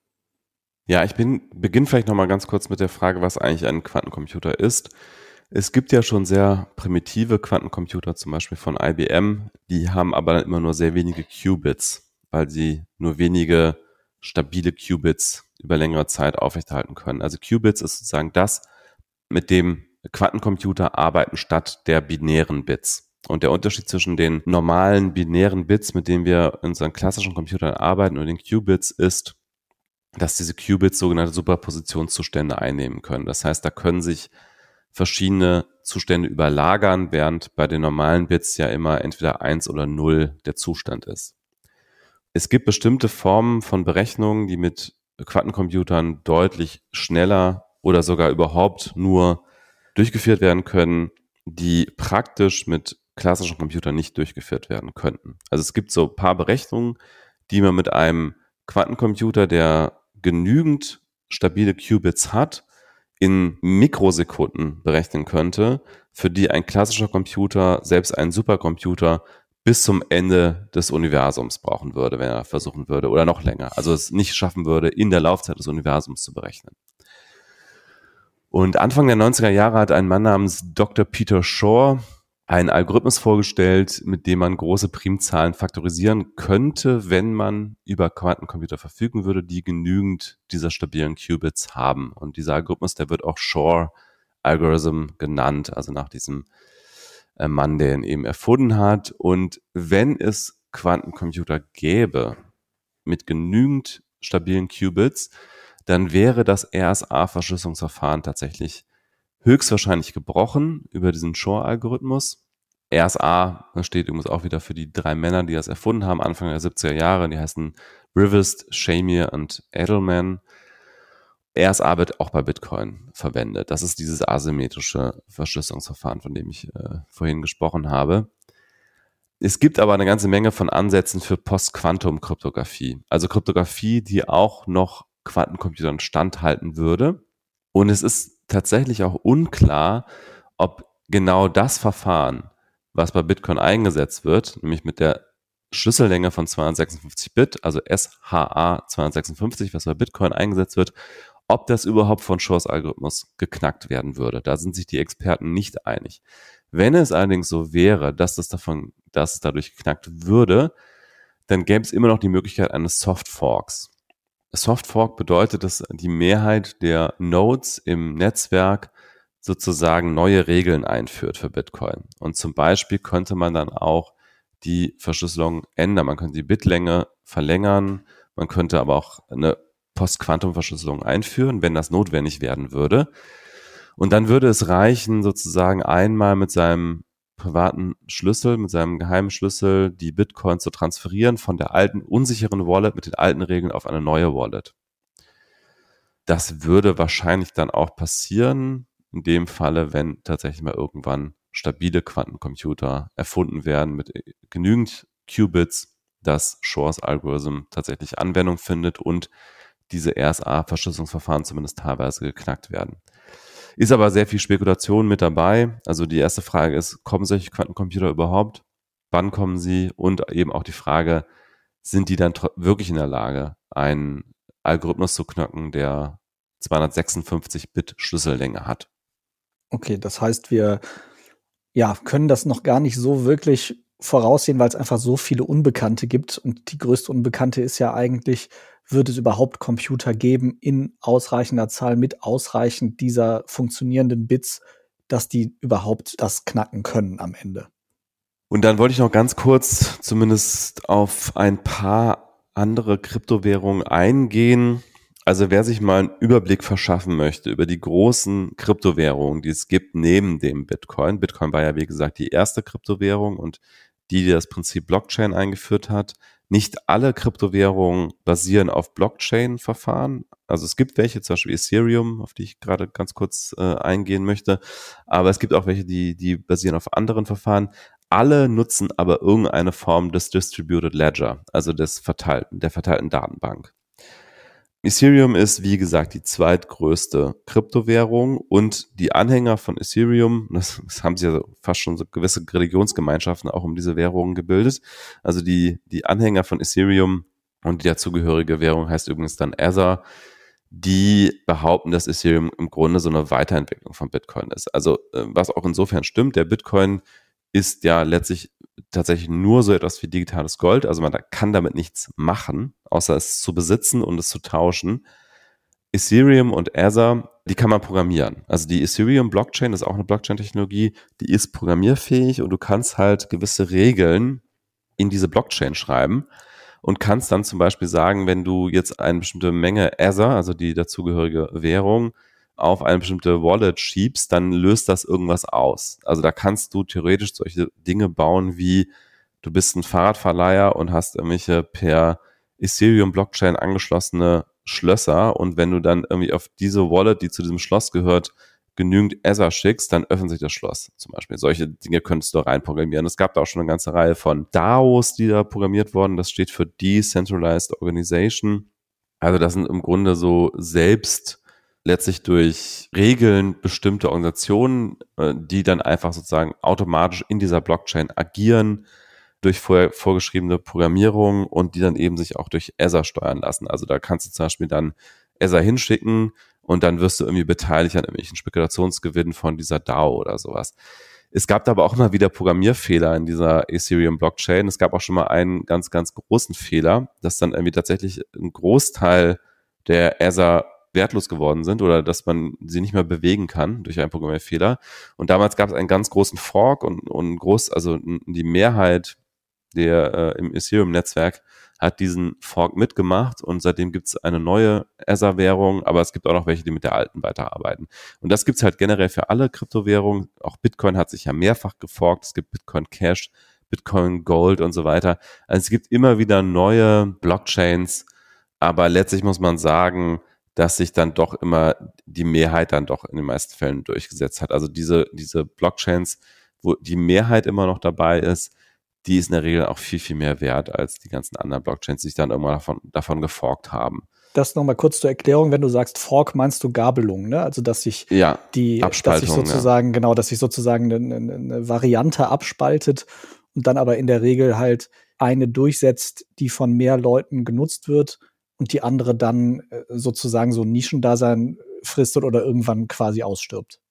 Speaker 2: Ja, ich beginne vielleicht nochmal ganz kurz mit der Frage, was eigentlich ein Quantencomputer ist. Es gibt ja schon sehr primitive Quantencomputer, zum Beispiel von IBM, die haben aber dann immer nur sehr wenige Qubits, weil sie nur wenige stabile Qubits über längere Zeit aufrechterhalten können. Also Qubits ist sozusagen das, mit dem Quantencomputer arbeiten statt der binären Bits. Und der Unterschied zwischen den normalen binären Bits, mit denen wir in unseren klassischen Computern arbeiten, und den Qubits ist, dass diese Qubits sogenannte Superpositionszustände einnehmen können. Das heißt, da können sich verschiedene Zustände überlagern, während bei den normalen Bits ja immer entweder 1 oder 0 der Zustand ist. Es gibt bestimmte Formen von Berechnungen, die mit Quantencomputern deutlich schneller oder sogar überhaupt nur durchgeführt werden können, die praktisch mit klassischen Computern nicht durchgeführt werden könnten. Also es gibt so ein paar Berechnungen, die man mit einem Quantencomputer, der genügend stabile Qubits hat, in Mikrosekunden berechnen könnte, für die ein klassischer Computer, selbst ein Supercomputer, bis zum Ende des Universums brauchen würde, wenn er versuchen würde, oder noch länger. Also es nicht schaffen würde, in der Laufzeit des Universums zu berechnen. Und Anfang der 90er Jahre hat ein Mann namens Dr. Peter Shor einen Algorithmus vorgestellt, mit dem man große Primzahlen faktorisieren könnte, wenn man über Quantencomputer verfügen würde, die genügend dieser stabilen Qubits haben. Und dieser Algorithmus, der wird auch Shor-Algorithm genannt, also nach diesem Mann, der ihn eben erfunden hat. Und wenn es Quantencomputer gäbe mit genügend stabilen Qubits, dann wäre das RSA-Verschlüsselungsverfahren tatsächlich höchstwahrscheinlich gebrochen über diesen Shor-Algorithmus. RSA steht übrigens auch wieder für die 3 Männer, die das erfunden haben, Anfang der 70er Jahre. Die heißen Rivest, Shamir und Edelman. RSA wird auch bei Bitcoin verwendet. Das ist dieses asymmetrische Verschlüsselungsverfahren, von dem ich vorhin gesprochen habe. Es gibt aber eine ganze Menge von Ansätzen für Post-Quantum-Kryptographie. Also Kryptographie, die auch noch Quantencomputern standhalten würde. Und es ist tatsächlich auch unklar, ob genau das Verfahren, was bei Bitcoin eingesetzt wird, nämlich mit der Schlüssellänge von 256 Bit, also SHA 256, was bei Bitcoin eingesetzt wird, ob das überhaupt von Shors Algorithmus geknackt werden würde. Da sind sich die Experten nicht einig. Wenn es allerdings so wäre, dass es dadurch geknackt würde, dann gäbe es immer noch die Möglichkeit eines Soft Forks. Soft Fork bedeutet, dass die Mehrheit der Nodes im Netzwerk sozusagen neue Regeln einführt für Bitcoin. Und zum Beispiel könnte man dann auch die Verschlüsselung ändern. Man könnte die Bitlänge verlängern, man könnte aber auch eine Post-Quantum-Verschlüsselung einführen, wenn das notwendig werden würde. Und dann würde es reichen, sozusagen einmal mit seinem privaten Schlüssel, mit seinem geheimen Schlüssel die Bitcoin zu transferieren von der alten, unsicheren Wallet mit den alten Regeln auf eine neue Wallet. Das würde wahrscheinlich dann auch passieren, in dem Falle, wenn tatsächlich mal irgendwann stabile Quantencomputer erfunden werden mit genügend Qubits, dass Shors Algorithm tatsächlich Anwendung findet und diese RSA-Verschlüsselungsverfahren zumindest teilweise geknackt werden. Ist aber sehr viel Spekulation mit dabei. Also die erste Frage ist, kommen solche Quantencomputer überhaupt? Wann kommen sie? Und eben auch die Frage, sind die dann wirklich in der Lage, einen Algorithmus zu knacken, der 256-Bit Schlüssellänge hat?
Speaker 1: Okay, das heißt, wir können das noch gar nicht so wirklich voraussehen, weil es einfach so viele Unbekannte gibt. Und die größte Unbekannte ist ja eigentlich, wird es überhaupt Computer geben in ausreichender Zahl mit ausreichend dieser funktionierenden Bits, dass die überhaupt das knacken können am Ende.
Speaker 2: Und dann wollte ich noch ganz kurz zumindest auf ein paar andere Kryptowährungen eingehen. Also wer sich mal einen Überblick verschaffen möchte über die großen Kryptowährungen, die es gibt neben dem Bitcoin. Bitcoin war ja, wie gesagt, die erste Kryptowährung und die das Prinzip Blockchain eingeführt hat. Nicht alle Kryptowährungen basieren auf Blockchain-Verfahren. Also es gibt welche, zum Beispiel Ethereum, auf die ich gerade ganz kurz eingehen möchte. Aber es gibt auch welche, die basieren auf anderen Verfahren. Alle nutzen aber irgendeine Form des Distributed Ledger, also der verteilten Datenbank. Ethereum ist, wie gesagt, die zweitgrößte Kryptowährung und die Anhänger von Ethereum, das haben sie ja fast schon so gewisse Religionsgemeinschaften auch um diese Währungen gebildet. Also die Anhänger von Ethereum und die dazugehörige Währung heißt übrigens dann Ether, die behaupten, dass Ethereum im Grunde so eine Weiterentwicklung von Bitcoin ist. Also was auch insofern stimmt, der Bitcoin ist ja letztlich tatsächlich nur so etwas wie digitales Gold. Also man kann damit nichts machen, außer es zu besitzen und es zu tauschen. Ethereum und Ether, die kann man programmieren. Also die Ethereum-Blockchain, das ist auch eine Blockchain-Technologie, die ist programmierfähig und du kannst halt gewisse Regeln in diese Blockchain schreiben und kannst dann zum Beispiel sagen, wenn du jetzt eine bestimmte Menge Ether, also die dazugehörige Währung, auf eine bestimmte Wallet schiebst, dann löst das irgendwas aus. Also da kannst du theoretisch solche Dinge bauen wie, du bist ein Fahrradverleiher und hast irgendwelche per Ethereum-Blockchain angeschlossene Schlösser und wenn du dann irgendwie auf diese Wallet, die zu diesem Schloss gehört, genügend Ether schickst, dann öffnet sich das Schloss zum Beispiel. Solche Dinge könntest du reinprogrammieren. Es gab da auch schon eine ganze Reihe von DAOs, die da programmiert wurden. Das steht für Decentralized Organization. Also das sind im Grunde so selbst letztlich durch Regeln bestimmte Organisationen, die dann einfach sozusagen automatisch in dieser Blockchain agieren, durch vorher vorgeschriebene Programmierung und die dann eben sich auch durch Ether steuern lassen. Also da kannst du zum Beispiel dann Ether hinschicken und dann wirst du irgendwie beteiligt an irgendwelchen Spekulationsgewinnen von dieser DAO oder sowas. Es gab da aber auch immer wieder Programmierfehler in dieser Ethereum-Blockchain. Es gab auch schon mal einen ganz, ganz großen Fehler, dass dann irgendwie tatsächlich ein Großteil der Ether wertlos geworden sind oder dass man sie nicht mehr bewegen kann durch einen Programmierfehler. Und damals gab es einen ganz großen Fork und also die Mehrheit der im Ethereum-Netzwerk hat diesen Fork mitgemacht und seitdem gibt es eine neue Ether-Währung, aber es gibt auch noch welche, die mit der alten weiterarbeiten. Und das gibt es halt generell für alle Kryptowährungen. Auch Bitcoin hat sich ja mehrfach geforkt. Es gibt Bitcoin Cash, Bitcoin Gold und so weiter. Also es gibt immer wieder neue Blockchains, aber letztlich muss man sagen, dass sich dann doch immer die Mehrheit dann doch in den meisten Fällen durchgesetzt hat. Also diese Blockchains, wo die Mehrheit immer noch dabei ist, die ist in der Regel auch viel, viel mehr wert als die ganzen anderen Blockchains, die sich dann irgendwann davon geforkt haben.
Speaker 1: Das nochmal kurz zur Erklärung, wenn du sagst Fork, meinst du Gabelung, ne? Also dass sich
Speaker 2: Abspaltung,
Speaker 1: dass sich sozusagen eine Variante abspaltet und dann aber in der Regel halt eine durchsetzt, die von mehr Leuten genutzt wird und die andere dann sozusagen so ein Nischendasein fristet oder irgendwann quasi ausstirbt.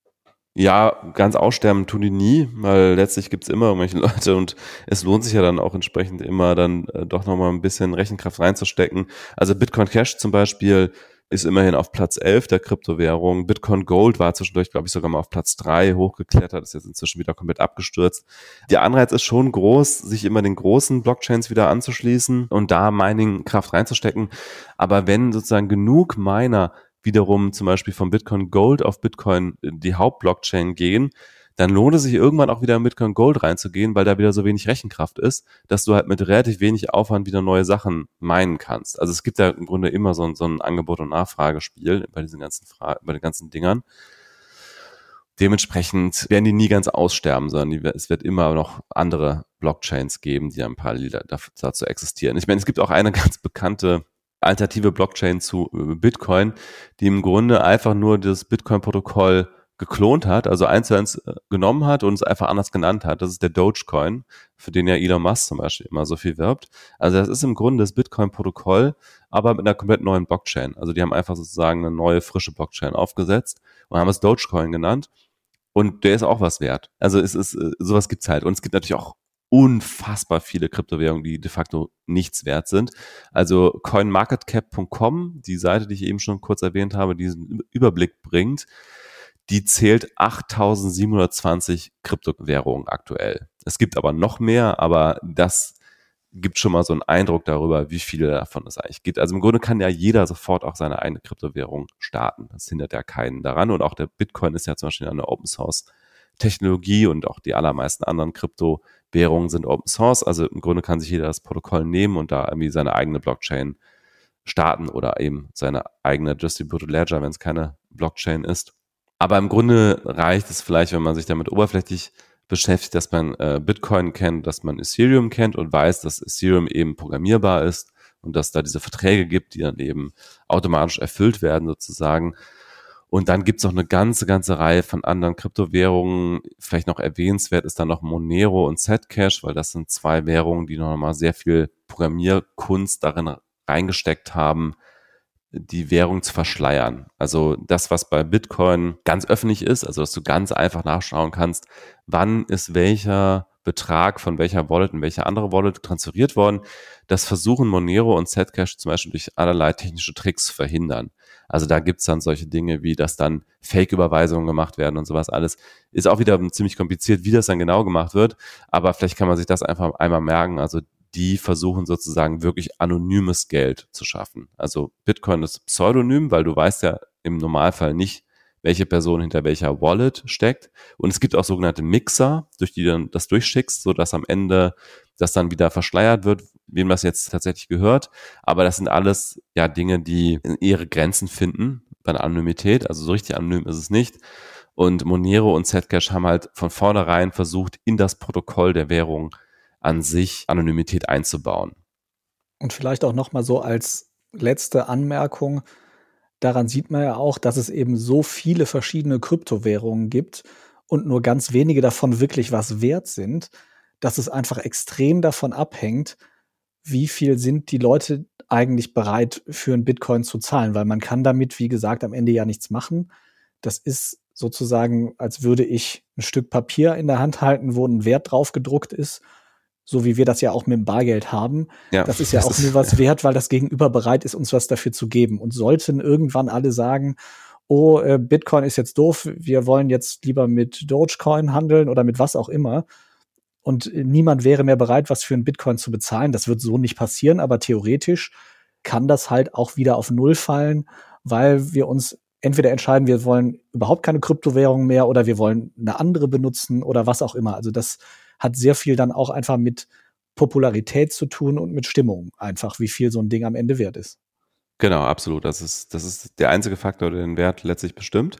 Speaker 2: Ja, ganz aussterben tun die nie, weil letztlich gibt's immer irgendwelche Leute und es lohnt sich ja dann auch entsprechend immer dann doch nochmal ein bisschen Rechenkraft reinzustecken. Also Bitcoin Cash zum Beispiel ist immerhin auf Platz 11 der Kryptowährung. Bitcoin Gold war zwischendurch, glaube ich, sogar mal auf Platz 3 hochgeklettert, ist jetzt inzwischen wieder komplett abgestürzt. Der Anreiz ist schon groß, sich immer den großen Blockchains wieder anzuschließen und da Mining-Kraft reinzustecken. Aber wenn sozusagen genug Miner wiederum zum Beispiel von Bitcoin Gold auf Bitcoin die Hauptblockchain gehen, dann lohnt es sich irgendwann auch wieder in Bitcoin Gold reinzugehen, weil da wieder so wenig Rechenkraft ist, dass du halt mit relativ wenig Aufwand wieder neue Sachen meinen kannst. Also es gibt da im Grunde immer so ein Angebot- und Nachfragespiel bei bei den ganzen Dingern. Dementsprechend werden die nie ganz aussterben, sondern es wird immer noch andere Blockchains geben, die dann parallel dazu existieren. Ich meine, es gibt auch eine ganz bekannte alternative Blockchain zu Bitcoin, die im Grunde einfach nur das Bitcoin-Protokoll geklont hat, also 1:1 genommen hat und es einfach anders genannt hat. Das ist der Dogecoin, für den ja Elon Musk zum Beispiel immer so viel wirbt. Also das ist im Grunde das Bitcoin-Protokoll, aber mit einer komplett neuen Blockchain. Also die haben einfach sozusagen eine neue, frische Blockchain aufgesetzt und haben es Dogecoin genannt. Und der ist auch was wert. Also es ist, sowas gibt's halt. Und es gibt natürlich auch unfassbar viele Kryptowährungen, die de facto nichts wert sind. Also coinmarketcap.com, die Seite, die ich eben schon kurz erwähnt habe, die diesen Überblick bringt, die zählt 8.720 Kryptowährungen aktuell. Es gibt aber noch mehr, aber das gibt schon mal so einen Eindruck darüber, wie viele davon es eigentlich gibt. Also im Grunde kann ja jeder sofort auch seine eigene Kryptowährung starten. Das hindert ja keinen daran. Und auch der Bitcoin ist ja zum Beispiel eine Open Source Technologie und auch die allermeisten anderen Kryptowährungen sind Open Source. Also im Grunde kann sich jeder das Protokoll nehmen und da irgendwie seine eigene Blockchain starten oder eben seine eigene Distributed Ledger, wenn es keine Blockchain ist. Aber im Grunde reicht es vielleicht, wenn man sich damit oberflächlich beschäftigt, dass man Bitcoin kennt, dass man Ethereum kennt und weiß, dass Ethereum eben programmierbar ist und dass da diese Verträge gibt, die dann eben automatisch erfüllt werden sozusagen. Und dann gibt's noch eine ganze Reihe von anderen Kryptowährungen. Vielleicht noch erwähnenswert ist dann noch Monero und Zcash, weil das sind zwei Währungen, die noch mal sehr viel Programmierkunst darin reingesteckt haben, die Währung zu verschleiern. Also das, was bei Bitcoin ganz öffentlich ist, also dass du ganz einfach nachschauen kannst, wann ist welcher Betrag von welcher Wallet in welche andere Wallet transferiert worden, das versuchen Monero und Zcash zum Beispiel durch allerlei technische Tricks zu verhindern. Also da gibt's dann solche Dinge, wie dass dann Fake-Überweisungen gemacht werden und sowas alles. Ist auch wieder ziemlich kompliziert, wie das dann genau gemacht wird, aber vielleicht kann man sich das einfach einmal merken. Also die versuchen sozusagen wirklich anonymes Geld zu schaffen. Also Bitcoin ist pseudonym, weil du weißt ja im Normalfall nicht, welche Person hinter welcher Wallet steckt. Und es gibt auch sogenannte Mixer, durch die du dann das durchschickst, sodass am Ende das dann wieder verschleiert wird, wem das jetzt tatsächlich gehört. Aber das sind alles ja Dinge, die ihre Grenzen finden bei der Anonymität. Also so richtig anonym ist es nicht. Und Monero und Zcash haben halt von vornherein versucht, in das Protokoll der Währung an sich Anonymität einzubauen.
Speaker 1: Und vielleicht auch noch mal so als letzte Anmerkung, daran sieht man ja auch, dass es eben so viele verschiedene Kryptowährungen gibt und nur ganz wenige davon wirklich was wert sind, dass es einfach extrem davon abhängt, wie viel sind die Leute eigentlich bereit für einen Bitcoin zu zahlen, weil man kann damit, wie gesagt, am Ende ja nichts machen. Das ist sozusagen, als würde ich ein Stück Papier in der Hand halten, wo ein Wert drauf gedruckt ist, so wie wir das ja auch mit dem Bargeld haben.
Speaker 2: Ja,
Speaker 1: das ist ja auch nur was wert, weil das Gegenüber bereit ist, uns was dafür zu geben. Und sollten irgendwann alle sagen, oh, Bitcoin ist jetzt doof, wir wollen jetzt lieber mit Dogecoin handeln oder mit was auch immer. und niemand wäre mehr bereit, was für einen Bitcoin zu bezahlen. Das wird so nicht passieren, aber theoretisch kann das halt auch wieder auf Null fallen, weil wir uns entweder entscheiden, wir wollen überhaupt keine Kryptowährung mehr oder wir wollen eine andere benutzen oder was auch immer. Also das hat sehr viel dann auch einfach mit Popularität zu tun und mit Stimmung einfach, wie viel so ein Ding am Ende wert ist.
Speaker 2: Genau, absolut. Das ist der einzige Faktor, der den Wert letztlich bestimmt.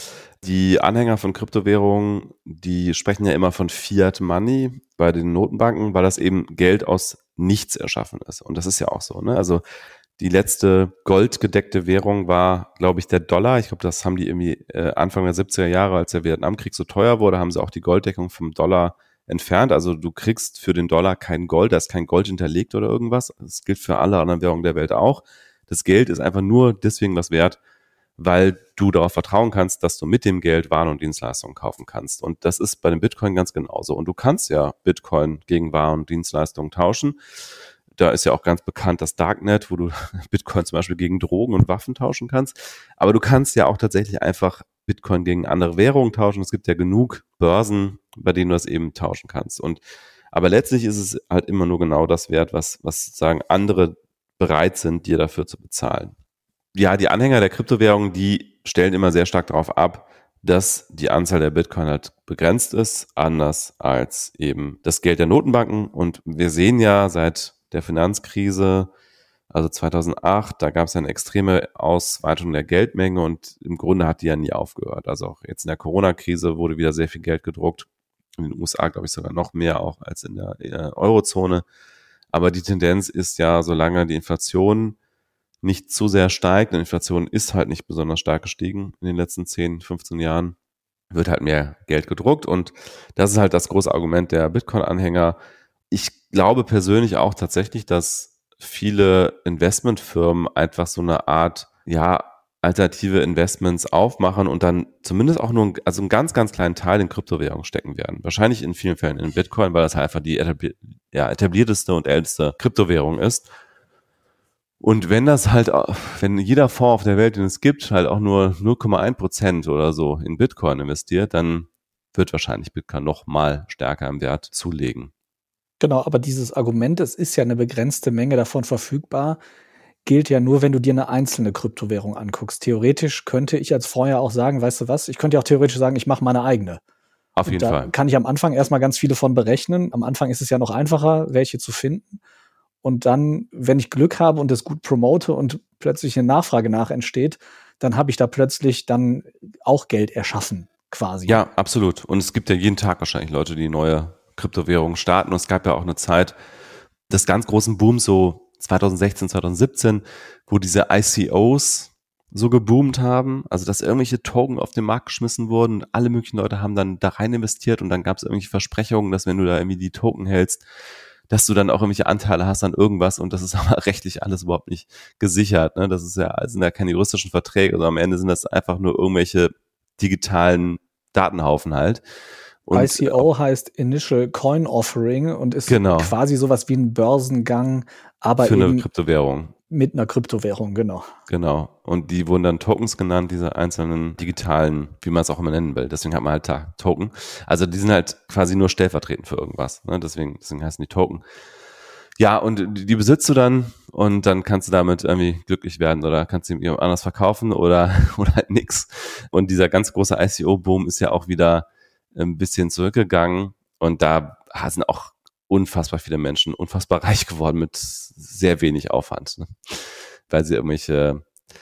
Speaker 2: Die Anhänger von Kryptowährungen, die sprechen ja immer von Fiat Money bei den Notenbanken, weil das eben Geld aus nichts erschaffen ist. Und das ist ja auch so, ne? Also die letzte goldgedeckte Währung war, glaube ich, der Dollar. Ich glaube, das haben die irgendwie Anfang der 70er Jahre, als der Vietnamkrieg so teuer wurde, haben sie auch die Golddeckung vom Dollar entfernt. Also du kriegst für den Dollar kein Gold, da ist kein Gold hinterlegt oder irgendwas. Das gilt für alle anderen Währungen der Welt auch. Das Geld ist einfach nur deswegen was wert, weil du darauf vertrauen kannst, dass du mit dem Geld Waren und Dienstleistungen kaufen kannst. Und das ist bei dem Bitcoin ganz genauso. Und du kannst ja Bitcoin gegen Waren und Dienstleistungen tauschen. Da ist ja auch ganz bekannt das Darknet, wo du Bitcoin zum Beispiel gegen Drogen und Waffen tauschen kannst. Aber du kannst ja auch tatsächlich einfach Bitcoin gegen andere Währungen tauschen. Es gibt ja genug Börsen, bei denen du das eben tauschen kannst. Aber letztlich ist es halt immer nur genau das wert, was sozusagen andere bereit sind, dir dafür zu bezahlen. Ja, die Anhänger der Kryptowährungen, die stellen immer sehr stark darauf ab, dass die Anzahl der Bitcoin halt begrenzt ist, anders als eben das Geld der Notenbanken. Und wir sehen ja seit der Finanzkrise, also 2008, da gab es eine extreme Ausweitung der Geldmenge und im Grunde hat die ja nie aufgehört. Also auch jetzt in der Corona-Krise wurde wieder sehr viel Geld gedruckt. In den USA, glaube ich, sogar noch mehr auch als in der Eurozone. Aber die Tendenz ist ja, solange die Inflation nicht zu sehr steigt, und Inflation ist halt nicht besonders stark gestiegen in den letzten 10, 15 Jahren, wird halt mehr Geld gedruckt und das ist halt das große Argument der Bitcoin-Anhänger. Ich glaube persönlich auch tatsächlich, dass viele Investmentfirmen einfach so eine Art, ja, alternative Investments aufmachen und dann zumindest auch nur einen ganz, ganz kleinen Teil in Kryptowährungen stecken werden. Wahrscheinlich in vielen Fällen in Bitcoin, weil das halt einfach die etablierteste und älteste Kryptowährung ist. Und wenn das halt, wenn jeder Fonds auf der Welt, den es gibt, halt auch nur 0,1% oder so in Bitcoin investiert, dann wird wahrscheinlich Bitcoin noch mal stärker im Wert zulegen.
Speaker 1: Genau, aber dieses Argument, es ist ja eine begrenzte Menge davon verfügbar, gilt ja nur, wenn du dir eine einzelne Kryptowährung anguckst. Theoretisch könnte ich als Fonds ja auch sagen, weißt du was, ich könnte ja auch theoretisch sagen, ich mache meine eigene.
Speaker 2: Auf jeden Fall.
Speaker 1: Da kann ich am Anfang erstmal ganz viele von berechnen. Am Anfang ist es ja noch einfacher, welche zu finden. Und dann, wenn ich Glück habe und es gut promote und plötzlich eine Nachfrage nach entsteht, dann habe ich da plötzlich dann auch Geld erschaffen, quasi.
Speaker 2: Ja, absolut. Und es gibt ja jeden Tag wahrscheinlich Leute, die neue Kryptowährungen starten. Und es gab ja auch eine Zeit des ganz großen Booms, so 2016, 2017, wo diese ICOs so geboomt haben, also dass irgendwelche Token auf den Markt geschmissen wurden und alle möglichen Leute haben dann da rein investiert und dann gab es irgendwelche Versprechungen, dass wenn du da irgendwie die Token hältst, dass du dann auch irgendwelche Anteile hast an irgendwas und das ist aber rechtlich alles überhaupt nicht gesichert. Ne? Das ist ja, sind ja keine juristischen Verträge, also am Ende sind das einfach nur irgendwelche digitalen Datenhaufen halt.
Speaker 1: Und ICO heißt Initial Coin Offering und ist quasi sowas wie ein Börsengang, aber
Speaker 2: für
Speaker 1: eben
Speaker 2: eine Kryptowährung.
Speaker 1: Mit einer Kryptowährung, genau.
Speaker 2: Genau. Und die wurden dann Tokens genannt, diese einzelnen digitalen, wie man es auch immer nennen will. Deswegen hat man halt Token. Also die sind halt quasi nur stellvertretend für irgendwas. Ne? Deswegen heißen die Token. Ja, und die besitzt du dann und dann kannst du damit irgendwie glücklich werden oder kannst sie jemand anders verkaufen oder halt nix. Und dieser ganz große ICO-Boom ist ja auch wieder ein bisschen zurückgegangen und da sind auch unfassbar viele Menschen unfassbar reich geworden mit sehr wenig Aufwand, ne? Weil sie irgendwelche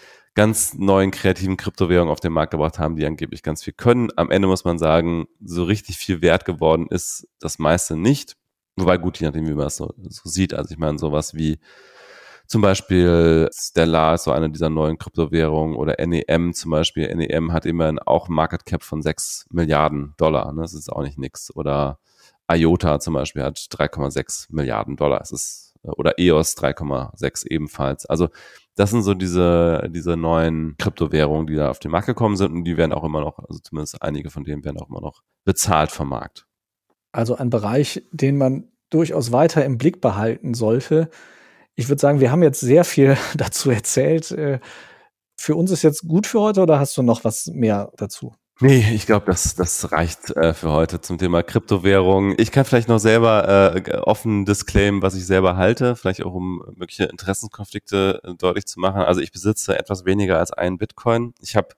Speaker 2: ganz neuen kreativen Kryptowährungen auf den Markt gebracht haben, die angeblich ganz viel können. Am Ende muss man sagen, so richtig viel wert geworden ist das meiste nicht. Wobei gut, je nachdem, wie man es so sieht. Also ich meine, sowas wie zum Beispiel Stellar ist so eine dieser neuen Kryptowährungen oder NEM zum Beispiel. NEM hat immerhin auch ein Market Cap von 6 Milliarden Dollar. Ne? Das ist auch nicht nix. Oder IOTA zum Beispiel hat 3,6 Milliarden Dollar. Es ist, oder EOS 3,6 ebenfalls. Also das sind so diese neuen Kryptowährungen, die da auf den Markt gekommen sind und die werden auch immer noch, also zumindest einige von denen werden auch immer noch bezahlt vom Markt.
Speaker 1: Also ein Bereich, den man durchaus weiter im Blick behalten sollte. Ich würde sagen, wir haben jetzt sehr viel dazu erzählt. Für uns ist jetzt gut für heute oder hast du noch was mehr dazu?
Speaker 2: Nee, ich glaube, das reicht für heute zum Thema Kryptowährung. Ich kann vielleicht noch selber offen disclaimen, was ich selber halte, vielleicht auch um mögliche Interessenkonflikte deutlich zu machen. Also ich besitze etwas weniger als einen Bitcoin. Ich habe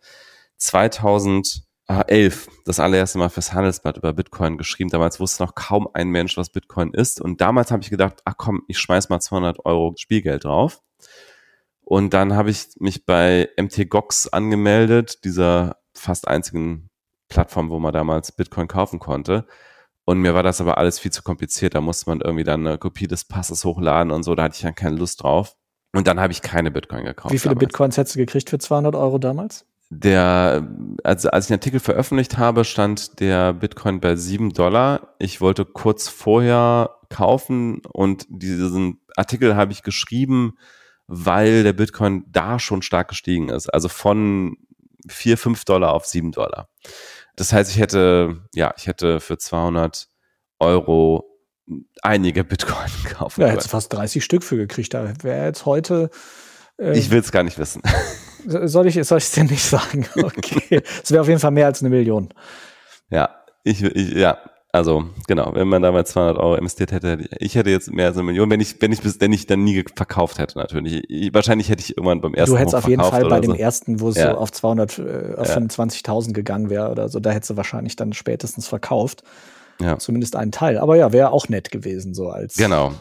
Speaker 2: 2011 das allererste Mal fürs Handelsblatt über Bitcoin geschrieben. Damals wusste noch kaum ein Mensch, was Bitcoin ist. Und damals habe ich gedacht, ach komm, ich schmeiß mal 200 Euro Spielgeld drauf. Und dann habe ich mich bei MTGOX angemeldet, dieser fast einzigen Plattform, wo man damals Bitcoin kaufen konnte. Und mir war das aber alles viel zu kompliziert. Da musste man irgendwie dann eine Kopie des Passes hochladen und so. Da hatte ich dann keine Lust drauf. Und dann habe ich keine Bitcoin gekauft.
Speaker 1: Wie viele damals. Bitcoins hättest du gekriegt für 200 Euro damals?
Speaker 2: Also als ich den Artikel veröffentlicht habe, stand der Bitcoin bei $7. Ich wollte kurz vorher kaufen und diesen Artikel habe ich geschrieben, weil der Bitcoin da schon stark gestiegen ist. Also von $4-5 auf $7. Das heißt, ich hätte für 200 Euro einige Bitcoin kaufen können.
Speaker 1: Ja, hättest fast 30 Stück für gekriegt. Da wäre jetzt heute...
Speaker 2: ich will es gar nicht wissen.
Speaker 1: Soll ich es dir nicht sagen? Okay. Es wäre auf jeden Fall mehr als 1 Million.
Speaker 2: Ja, also genau, wenn man damals 200 Euro investiert hätte, ich hätte jetzt mehr als 1 Million, wenn ich dann nie verkauft hätte natürlich. Wahrscheinlich hätte ich irgendwann beim ersten
Speaker 1: Du hättest auf jeden Fall bei dem
Speaker 2: so.
Speaker 1: Ersten, wo es so auf 25.000 gegangen wäre oder so, da hättest du wahrscheinlich dann spätestens verkauft. Ja. Zumindest einen Teil. Aber ja, wäre auch nett gewesen so als...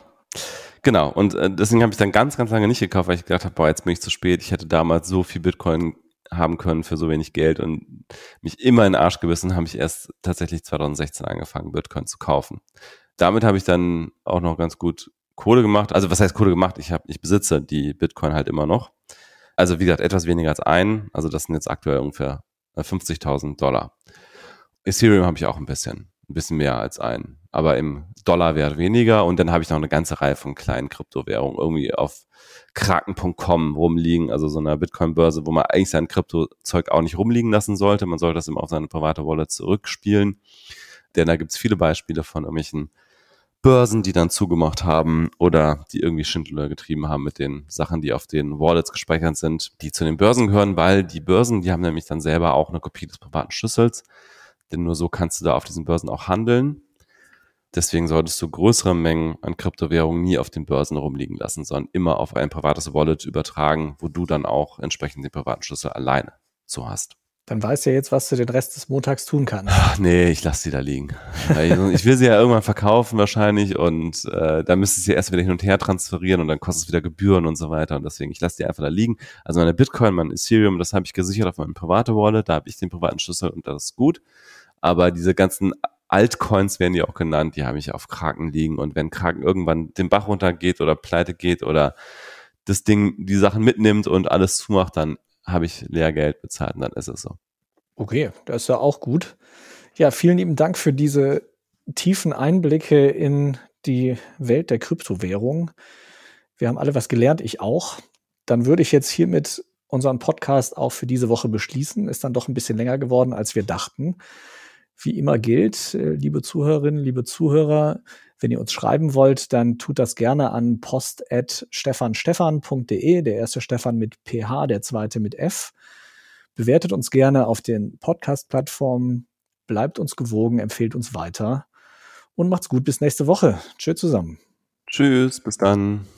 Speaker 2: Genau, und deswegen habe ich dann ganz, ganz lange nicht gekauft, weil ich gedacht habe, boah, jetzt bin ich zu spät. Ich hätte damals so viel Bitcoin haben können für so wenig Geld und mich immer in den Arsch gebissen, habe ich erst tatsächlich 2016 angefangen, Bitcoin zu kaufen. Damit habe ich dann auch noch ganz gut Kohle gemacht. Also was heißt Kohle gemacht? Ich besitze die Bitcoin halt immer noch. Also wie gesagt, etwas weniger als einen. Also das sind jetzt aktuell ungefähr $50.000. Ethereum habe ich auch ein bisschen mehr als einen, aber im Dollarwert weniger. Und dann habe ich noch eine ganze Reihe von kleinen Kryptowährungen irgendwie auf Kraken.com rumliegen, also so einer Bitcoin-Börse, wo man eigentlich sein Kryptozeug auch nicht rumliegen lassen sollte. Man sollte das immer auf seine private Wallet zurückspielen, denn da gibt es viele Beispiele von irgendwelchen Börsen, die dann zugemacht haben oder die irgendwie Schindluder getrieben haben mit den Sachen, die auf den Wallets gespeichert sind, die zu den Börsen gehören, weil die Börsen, die haben nämlich dann selber auch eine Kopie des privaten Schlüssels, denn nur so kannst du da auf diesen Börsen auch handeln. Deswegen solltest du größere Mengen an Kryptowährungen nie auf den Börsen rumliegen lassen, sondern immer auf ein privates Wallet übertragen, wo du dann auch entsprechend den privaten Schlüssel alleine so hast.
Speaker 1: Dann weißt du ja jetzt, was du den Rest des Montags tun kannst.
Speaker 2: Ach nee, ich lasse sie da liegen. Ich will sie ja irgendwann verkaufen wahrscheinlich und dann müsste ich sie erst wieder hin und her transferieren und dann kostet es wieder Gebühren und so weiter. Und deswegen, ich lasse die einfach da liegen. Also meine Bitcoin, mein Ethereum, das habe ich gesichert auf meinem privaten Wallet, da habe ich den privaten Schlüssel und das ist gut. Aber diese ganzen Altcoins werden die auch genannt, die habe ich auf Kraken liegen. Und wenn Kraken irgendwann den Bach runtergeht oder pleite geht oder das Ding die Sachen mitnimmt und alles zumacht, dann habe ich Lehrgeld bezahlt und dann ist es so.
Speaker 1: Okay, das ist ja auch gut. Ja, vielen lieben Dank für diese tiefen Einblicke in die Welt der Kryptowährung. Wir haben alle was gelernt, ich auch. Dann würde ich jetzt hiermit unseren Podcast auch für diese Woche beschließen. Ist dann doch ein bisschen länger geworden, als wir dachten. Wie immer gilt, liebe Zuhörerinnen, liebe Zuhörer, wenn ihr uns schreiben wollt, dann tut das gerne an post@stefanstefan.de. Der erste Stefan mit PH, der zweite mit F. Bewertet uns gerne auf den Podcast-Plattformen, bleibt uns gewogen, empfehlt uns weiter und macht's gut bis nächste Woche. Tschüss zusammen.
Speaker 2: Tschüss, bis dann.